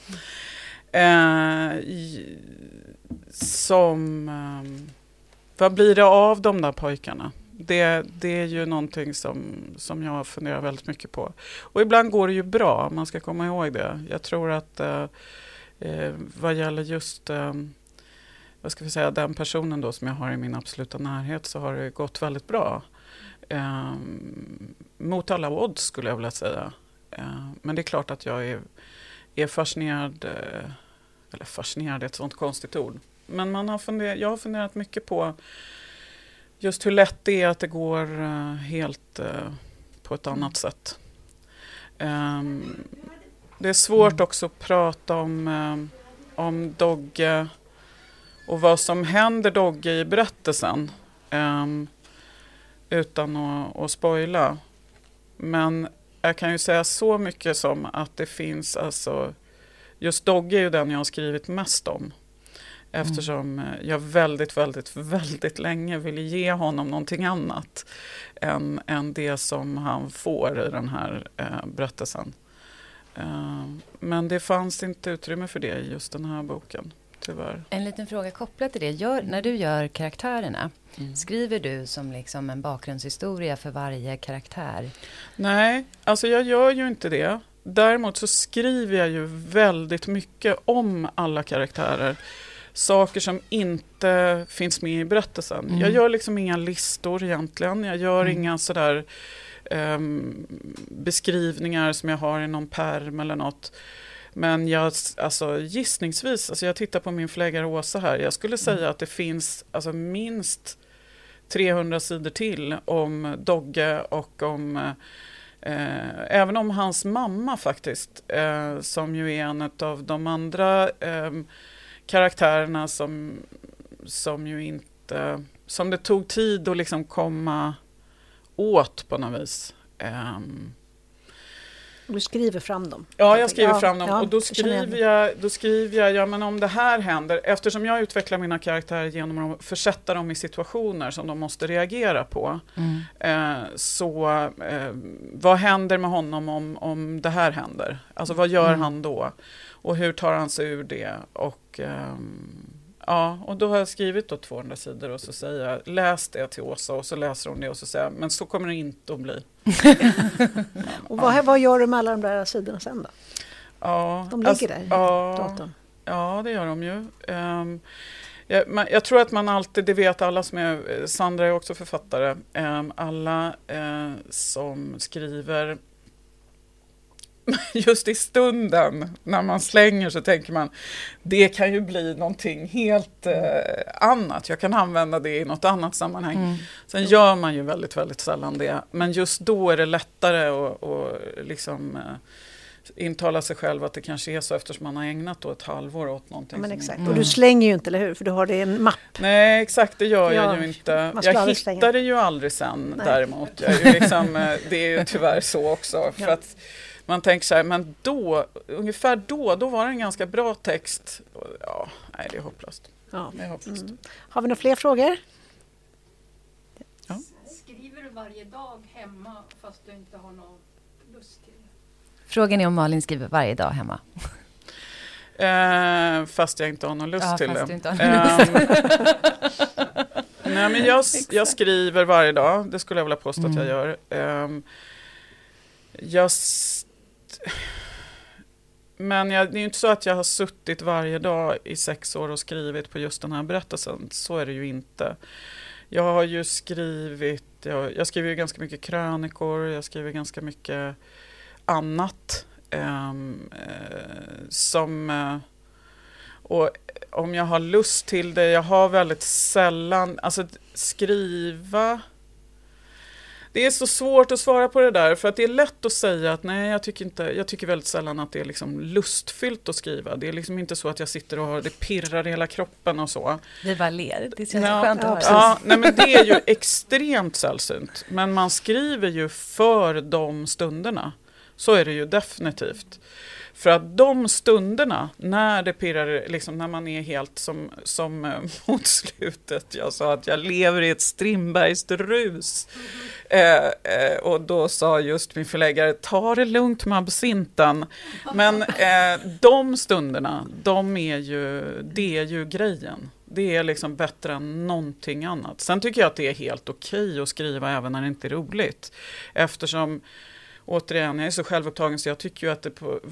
Vad blir det av de där pojkarna? Det är ju någonting som jag funderar väldigt mycket på. Och ibland går det ju bra, man ska komma ihåg det. Jag tror att vad gäller just vad ska vi säga, den personen då som jag har i min absoluta närhet, så har det gått väldigt bra. Mot alla odds skulle jag vilja säga. Men det är klart att jag är fascinerad, eller fascinerad är ett sånt konstigt ord. Men jag har funderat mycket på just hur lätt det är att det går helt på ett annat sätt. Det är svårt också att prata om Dogge och vad som händer Dogge i berättelsen utan att spoila. Men jag kan ju säga så mycket som att det finns, alltså, just Dogge är ju den jag har skrivit mest om. Eftersom jag väldigt, väldigt, väldigt länge ville ge honom någonting annat än det som han får i den här berättelsen. Men det fanns inte utrymme för det i just den här boken, tyvärr. En liten fråga kopplat till det. När du gör karaktärerna, skriver du som liksom en bakgrundshistoria för varje karaktär? Nej, alltså jag gör ju inte det. Däremot så skriver jag ju väldigt mycket om alla karaktärer. Saker som inte finns med i berättelsen. Jag gör liksom inga listor egentligen. Jag gör inga sådär beskrivningar som jag har i någon pärm eller något. Men gissningsvis, jag tittar på min förläggare Åsa här. Jag skulle säga att det finns minst 300 sidor till om Dogge och om även om hans mamma faktiskt, som ju är en av de andra karaktärerna som ju inte, som det tog tid att liksom komma åt på något vis. Du skriver fram dem? Ja, jag skriver fram dem. Och då skriver jag, ja men om det här händer, eftersom jag utvecklar mina karaktärer genom att försätta dem i situationer som de måste reagera på. Vad händer med honom om det här händer? Alltså vad gör han då? Och hur tar han sig ur det? Och och då har jag skrivit 200 sidor och så säger jag, läs det till Åsa, och så läser hon det och så säger jag, men så kommer det inte att bli. Och vad gör du med alla de där sidorna sen då? Ja, de ligger där i datorn. Ja, det gör de ju. Jag tror att man alltid, det vet alla som är, Sandra är också författare, alla som skriver, just i stunden när man slänger så tänker man, det kan ju bli någonting helt annat. Jag kan använda det i något annat sammanhang. Sen gör man ju väldigt, väldigt sällan det. Men just då är det lättare att liksom intala sig själv att det kanske är så, eftersom man har ägnat då ett halvår åt någonting. Ja, men exakt. Och du slänger ju inte, eller hur? För du har det i en mapp. Nej, exakt, det gör jag ju inte. Jag hittar det ju aldrig sen. Nej. Däremot. Det är ju tyvärr så också. För att man tänker så här, men ungefär då var det en ganska bra text. Ja, nej, det är hopplöst. Ja. Det är hopplöst. Har vi några fler frågor? Ja. Skriver du varje dag hemma fast du inte har någon lust till det? Frågan är om Malin skriver varje dag hemma. Fast jag inte har någon lust till fast det. du inte har någon lust. Nej, men jag skriver varje dag. Det skulle jag vilja påstå att jag gör. Men det är ju inte så att jag har suttit varje dag i 6 år och skrivit på just den här berättelsen. Så är det ju inte. Jag har ju skrivit, jag skriver ju ganska mycket krönikor, jag skriver ganska mycket annat. Och om jag har lust till det, jag har väldigt sällan, alltså skriva, det är så svårt att svara på det där, för att det är lätt att säga att nej, jag tycker väldigt sällan att det är liksom lustfyllt att skriva. Det är liksom inte så att jag sitter och det pirrar i hela kroppen och så. Vi bara ler, det känns skönt att höra. Ja, nej, men det är ju extremt sällsynt, men man skriver ju för de stunderna. Så är det ju definitivt. För att de stunderna, när det pirrar, liksom när man är helt som mot slutet, jag sa att jag lever i ett Strindbergskt rus. Och då sa just min förläggare, ta det lugnt med absinten. Men de stunderna, det är ju grejen. Det är liksom bättre än någonting annat. Sen tycker jag att det är helt okej att skriva även när det inte är roligt. Eftersom återigen, jag är så självupptagen så jag tycker ju att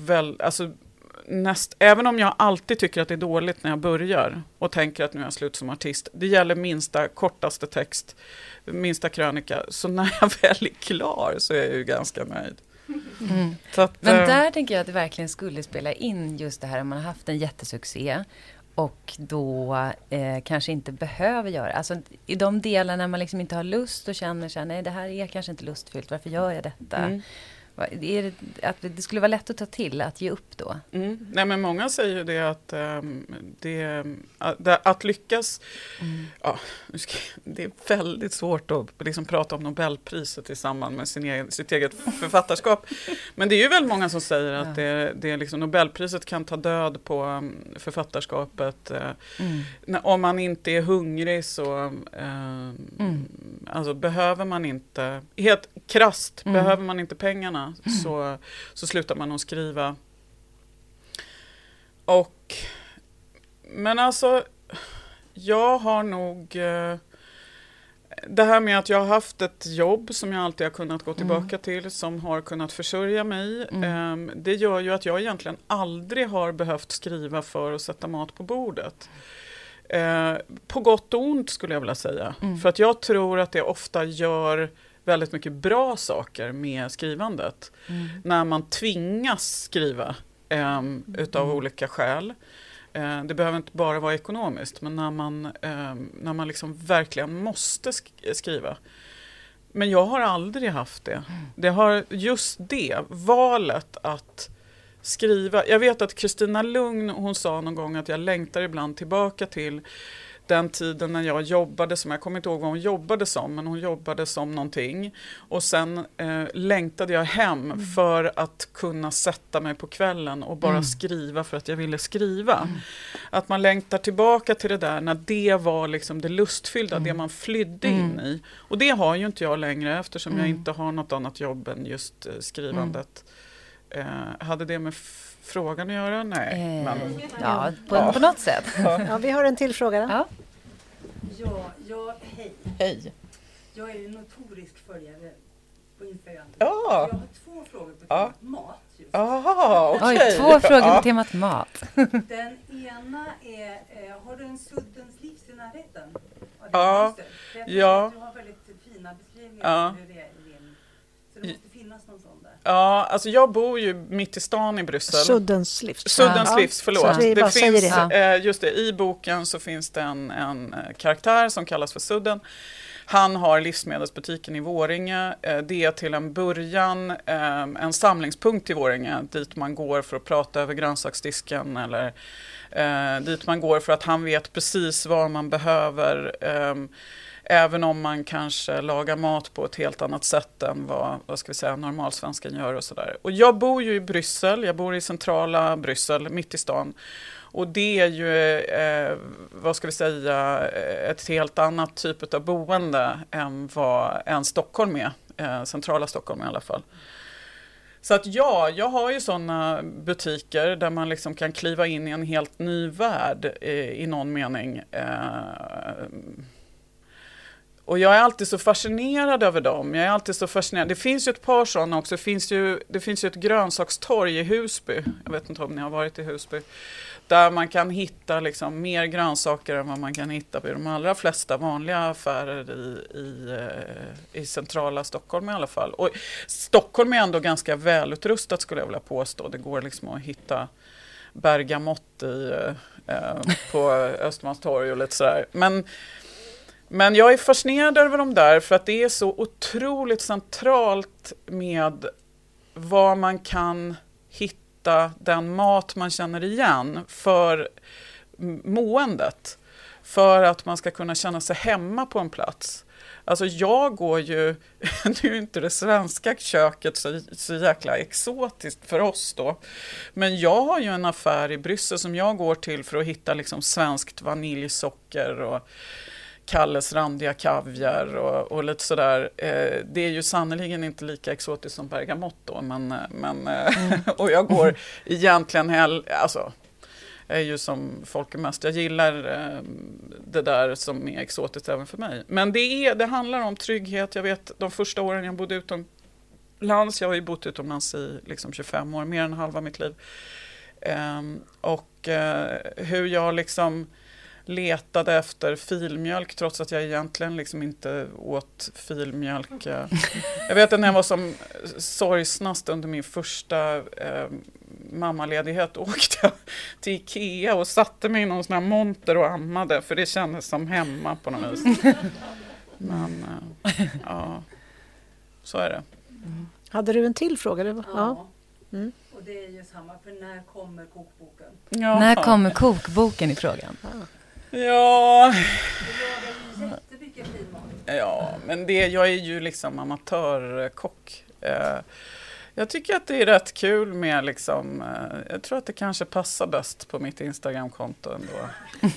det även om jag alltid tycker att det är dåligt när jag börjar och tänker att nu är jag slut som artist. Det gäller minsta, kortaste text, minsta krönika. Så när jag väl är klar så är jag ju ganska nöjd. Mm. Men där tänker jag att det verkligen skulle spela in just det här om man har haft en jättesuccé och då kanske inte behöver göra. Alltså i de delarna när man liksom inte har lust och känner sig, nej det här är kanske inte lustfyllt, varför gör jag detta? Det skulle vara lätt att ta till, att ge upp då. Nej, men många säger ju det att lyckas. Ja, det är väldigt svårt att liksom prata om Nobelpriset i samband med sitt eget författarskap. Men det är ju väldigt många som säger att det är liksom, Nobelpriset kan ta död på författarskapet. Om man inte är hungrig så alltså behöver man inte, helt krasst, behöver man inte pengarna så slutar man att skriva. Men alltså jag har nog det här med att jag har haft ett jobb som jag alltid har kunnat gå tillbaka till, som har kunnat försörja mig. Det gör ju att jag egentligen aldrig har behövt skriva för att sätta mat på bordet. På gott och ont skulle jag vilja säga. För att jag tror att det ofta gör väldigt mycket bra saker med skrivandet. När man tvingas skriva utav olika skäl. Det behöver inte bara vara ekonomiskt, men när man liksom verkligen måste skriva. Men jag har aldrig haft det. Det har just det, valet att skriva. Jag vet att Kristina Lugn, hon sa någon gång att jag längtar ibland tillbaka till den tiden när jag jobbade som, jag kommer inte ihåg vad hon jobbade som, men hon jobbade som någonting. Och sen längtade jag hem för att kunna sätta mig på kvällen och bara skriva för att jag ville skriva. Att man längtar tillbaka till det där när det var liksom det lustfyllda, det man flydde in i. Och det har ju inte jag längre eftersom jag inte har något annat jobb än just skrivandet. Hade det med frågan att göra? Nej. Ja, på något sätt. Ja, vi har en till fråga. Hej. Hej. Jag är ju notorisk följare på Instagram. Ja. Jag har 2 frågor på temat mat. Just. Aha, okej. Oj, 2 frågor på temat mat. Den ena är, har du en Suddens livs i närheten? Ja. Du har väldigt fina beskrivningar hur det är i din. Så det måste finnas någon sån där. Ja, alltså jag bor ju mitt i stan i Bryssel. Suddens livs, förlåt. Det finns, just det, i boken så finns det en karaktär som kallas för Sudden. Han har livsmedelsbutiken i Våringe. Det är till en början en samlingspunkt i Våringe dit man går för att prata över grönsaksdisken eller dit man går för att han vet precis vad man behöver. Även om man kanske lagar mat på ett helt annat sätt än vad ska vi säga, normalsvenskan gör och sådär. Och jag bor ju i Bryssel, jag bor i centrala Bryssel, mitt i stan. Och det är ju, vad ska vi säga, ett helt annat typ av boende än vad en Stockholm är, centrala Stockholm i alla fall. Så att ja, jag har ju sådana butiker där man liksom kan kliva in i en helt ny värld i någon mening. Och jag är alltid så fascinerad över dem. Jag är alltid så fascinerad. Det finns ju ett par sådana också. Det finns ju ett grönsakstorg i Husby. Jag vet inte om ni har varit i Husby. Där man kan hitta liksom mer grönsaker än vad man kan hitta i de allra flesta vanliga affärer i centrala Stockholm i alla fall. Och Stockholm är ändå ganska välutrustat skulle jag vilja påstå. Det går liksom att hitta bergamott på Östermalmstorg och lite sådär. Men jag är fascinerad över dem där för att det är så otroligt centralt med vad man kan hitta den mat man känner igen för måendet. För att man ska kunna känna sig hemma på en plats. Alltså jag går ju, nu är inte det svenska köket så jäkla exotiskt för oss då. Men jag har ju en affär i Bryssel som jag går till för att hitta liksom svenskt vaniljsocker och Kalles randiga kaviar och lite sådär. Det är ju sannoliken inte lika exotiskt som bergamott då, men och jag går egentligen alltså är ju som folk är mest. Jag gillar det där som är exotiskt även för mig. Men det handlar om trygghet. Jag vet de första åren jag bodde utomlands, jag har ju bott utomlands i liksom 25 år, mer än halva mitt liv. Hur jag liksom letade efter filmjölk trots att jag egentligen liksom inte åt filmjölk. Jag vet att när jag var som sorgsnast under min första mammaledighet åkte jag till Ikea och satte mig i någon sån här monter och ammade för det kändes som hemma på något vis. Men ja, så är det. Hade du en till fråga? Ja. Mm. Och det är ju samma, för när kommer kokboken? Ja. När kommer kokboken i frågan? Ja. Du lagar jättemycket fin mat. Ja, men jag är ju liksom amatörkock. Jag tycker att det är rätt kul med liksom, jag tror att det kanske passar bäst på mitt Instagramkonto ändå.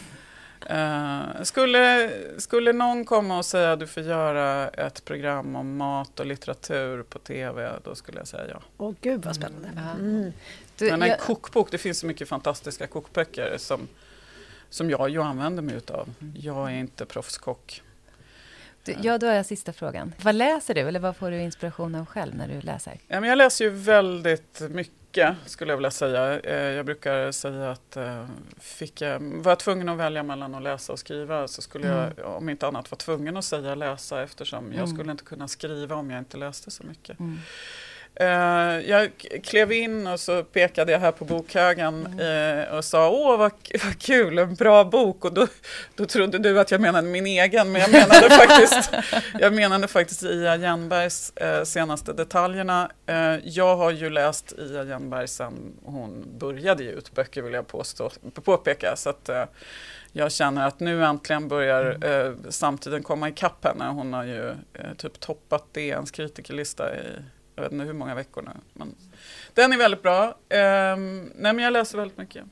Skulle någon komma och säga att du får göra ett program om mat och litteratur på tv, då skulle jag säga ja. Åh gud vad spännande. Men en kokbok, det finns så mycket fantastiska kokböcker som jag ju använder mig utav. Jag är inte proffskock. Då har jag sista frågan. Vad läser du eller vad får du inspiration av själv när du läser? Ja, men jag läser ju väldigt mycket skulle jag vilja säga. Jag brukar säga att var jag tvungen att välja mellan att läsa och skriva så skulle jag om inte annat vara tvungen att säga läsa eftersom jag skulle inte kunna skriva om jag inte läste så mycket. Jag klev in och så pekade jag här på bokhögen och sa vad kul, en bra bok, och då trodde du att jag menade min egen, men jag menade faktiskt Ia Jennbergs senaste detaljerna. Jag har ju läst Ia Jennberg sedan hon började ge ut böcker, vill jag påpeka, så att jag känner att nu äntligen börjar samtiden komma i kapp henne. Hon har ju typ toppat DNs kritikerlista i jag vet inte hur många veckor nu. Men den är väldigt bra. Men jag läser väldigt mycket.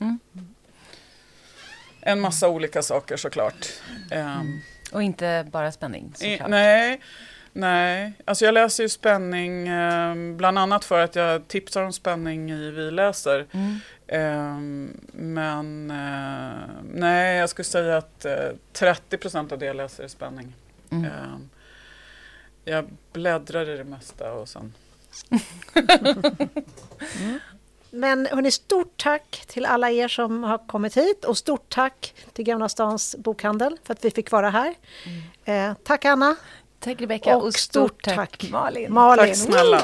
En massa olika saker såklart. Och inte bara spänning såklart. Nej. Alltså jag läser ju spänning bland annat för att jag tipsar om spänning i Vi läser. Men nej, jag skulle säga att 30% av det jag läser är spänning. Jag bläddrar i det mesta och sen... Men hörni, stort tack till alla er som har kommit hit och stort tack till Gamla Stans bokhandel för att vi fick vara här. Tack Anna. Tack Rebecka och stort tack Malin. Tack snälla.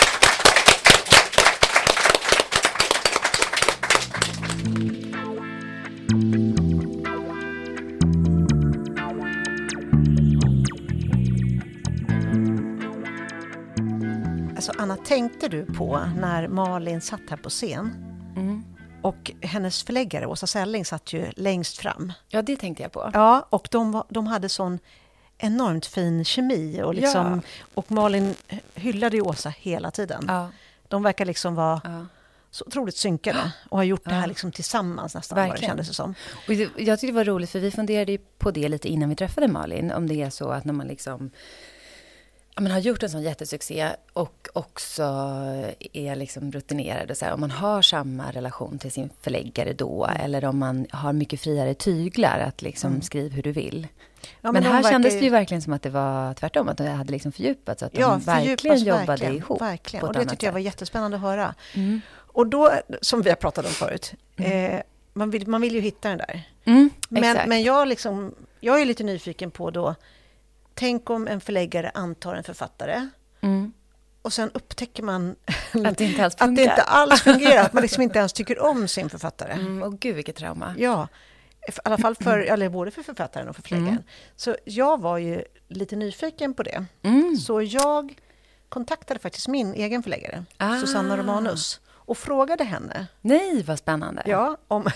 Alltså Anna, tänkte du på när Malin satt här på scen och hennes förläggare Åsa Selling satt ju längst fram? Ja, det tänkte jag på. Ja, och de hade sån enormt fin kemi. Och, liksom, och Malin hyllade ju Åsa hela tiden. Ja. De verkar liksom vara så otroligt synkade och har gjort det här liksom tillsammans nästan. Verkligen. Vad det kändes som. Och jag tyckte det var roligt för vi funderade på det lite innan vi träffade Malin. Om det är så att när man liksom har gjort en sån jättesuccé och också är liksom rutinerad och så här, om man har samma relation till sin förläggare då eller om man har mycket friare tyglar att liksom skriva hur du vill. Ja, men här kändes det ju verkligen som att det var tvärtom, att det hade liksom fördjupats, att de verkligen jobbade ihop. Verkligen. Och det tyckte jag var jättespännande att höra. Mm. Och då, som vi har pratat om förut, man vill ju hitta den där. Men jag är lite nyfiken på då, tänk om en förläggare antar en författare och sen upptäcker man att det inte alls fungerar, att man liksom inte ens tycker om sin författare. Och gud, vilket trauma. Ja, i alla fall eller både för författaren och för förläggaren. Så jag var ju lite nyfiken på det. Så jag kontaktade faktiskt min egen förläggare, Susanna Romanus, och frågade henne. Nej, vad spännande. Ja,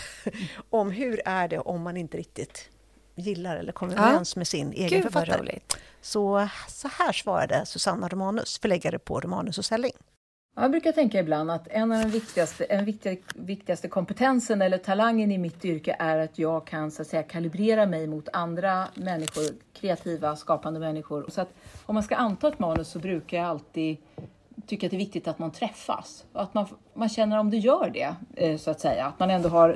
om hur är det om man inte riktigt gillar eller kommer överens med sin egen författare. Så här svarade Susanna Romanus, förläggare på Romanus och Selling. Jag brukar tänka ibland att en av de viktigaste kompetensen eller talangen i mitt yrke är att jag kan så att säga kalibrera mig mot andra människor, kreativa, skapande människor. Så att om man ska anta ett manus så brukar jag alltid tycka att det är viktigt att man träffas. Och att man känner om det gör det, så att säga. Att man ändå har...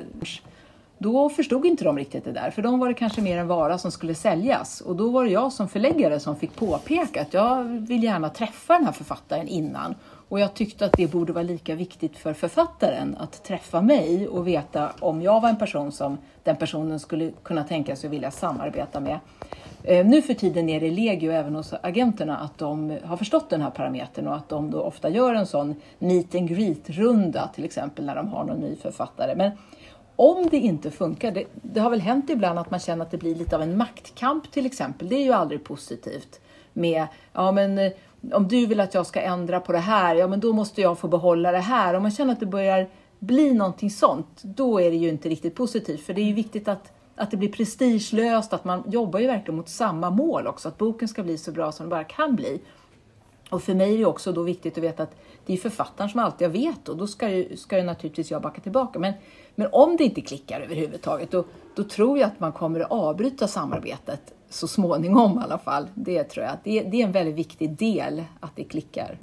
Då förstod inte de riktigt det där. För de var det kanske mer en vara som skulle säljas. Och då var det jag som förläggare som fick påpeka att jag vill gärna träffa den här författaren innan. Och jag tyckte att det borde vara lika viktigt för författaren att träffa mig och veta om jag var en person som den personen skulle kunna tänka sig och vilja samarbeta med. Nu för tiden är det legio även hos agenterna att de har förstått den här parametern och att de då ofta gör en sån meet and greet-runda till exempel när de har någon ny författare. Men om det inte funkar, det har väl hänt ibland att man känner att det blir lite av en maktkamp till exempel. Det är ju aldrig positivt med, om du vill att jag ska ändra på det här, men då måste jag få behålla det här. Om man känner att det börjar bli någonting sånt, då är det ju inte riktigt positivt. För det är ju viktigt att det blir prestigelöst, att man jobbar ju verkligen mot samma mål också. Att boken ska bli så bra som det bara kan bli. Och för mig är det också då viktigt att veta att det är författaren som alltid har veto. Då ska ju naturligtvis jag backa tillbaka. Men om det inte klickar överhuvudtaget, då tror jag att man kommer att avbryta samarbetet så småningom i alla fall. Det tror jag. Det är en väldigt viktig del att det klickar.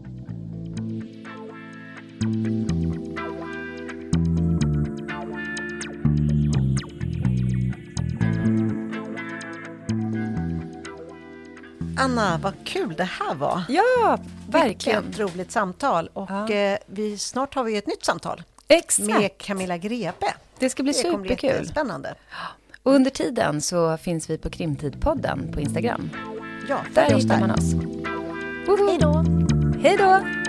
Anna, vad kul det här var. Ja, verkligen. Vilket roligt samtal. Och snart har vi ett nytt samtal. Exakt. Med Camilla Grebe. Det ska bli superkul. Det kommer bli spännande. Och under tiden så finns vi på Krimtidpodden på Instagram. Ja, där hittar man oss. Hej då. Hej då.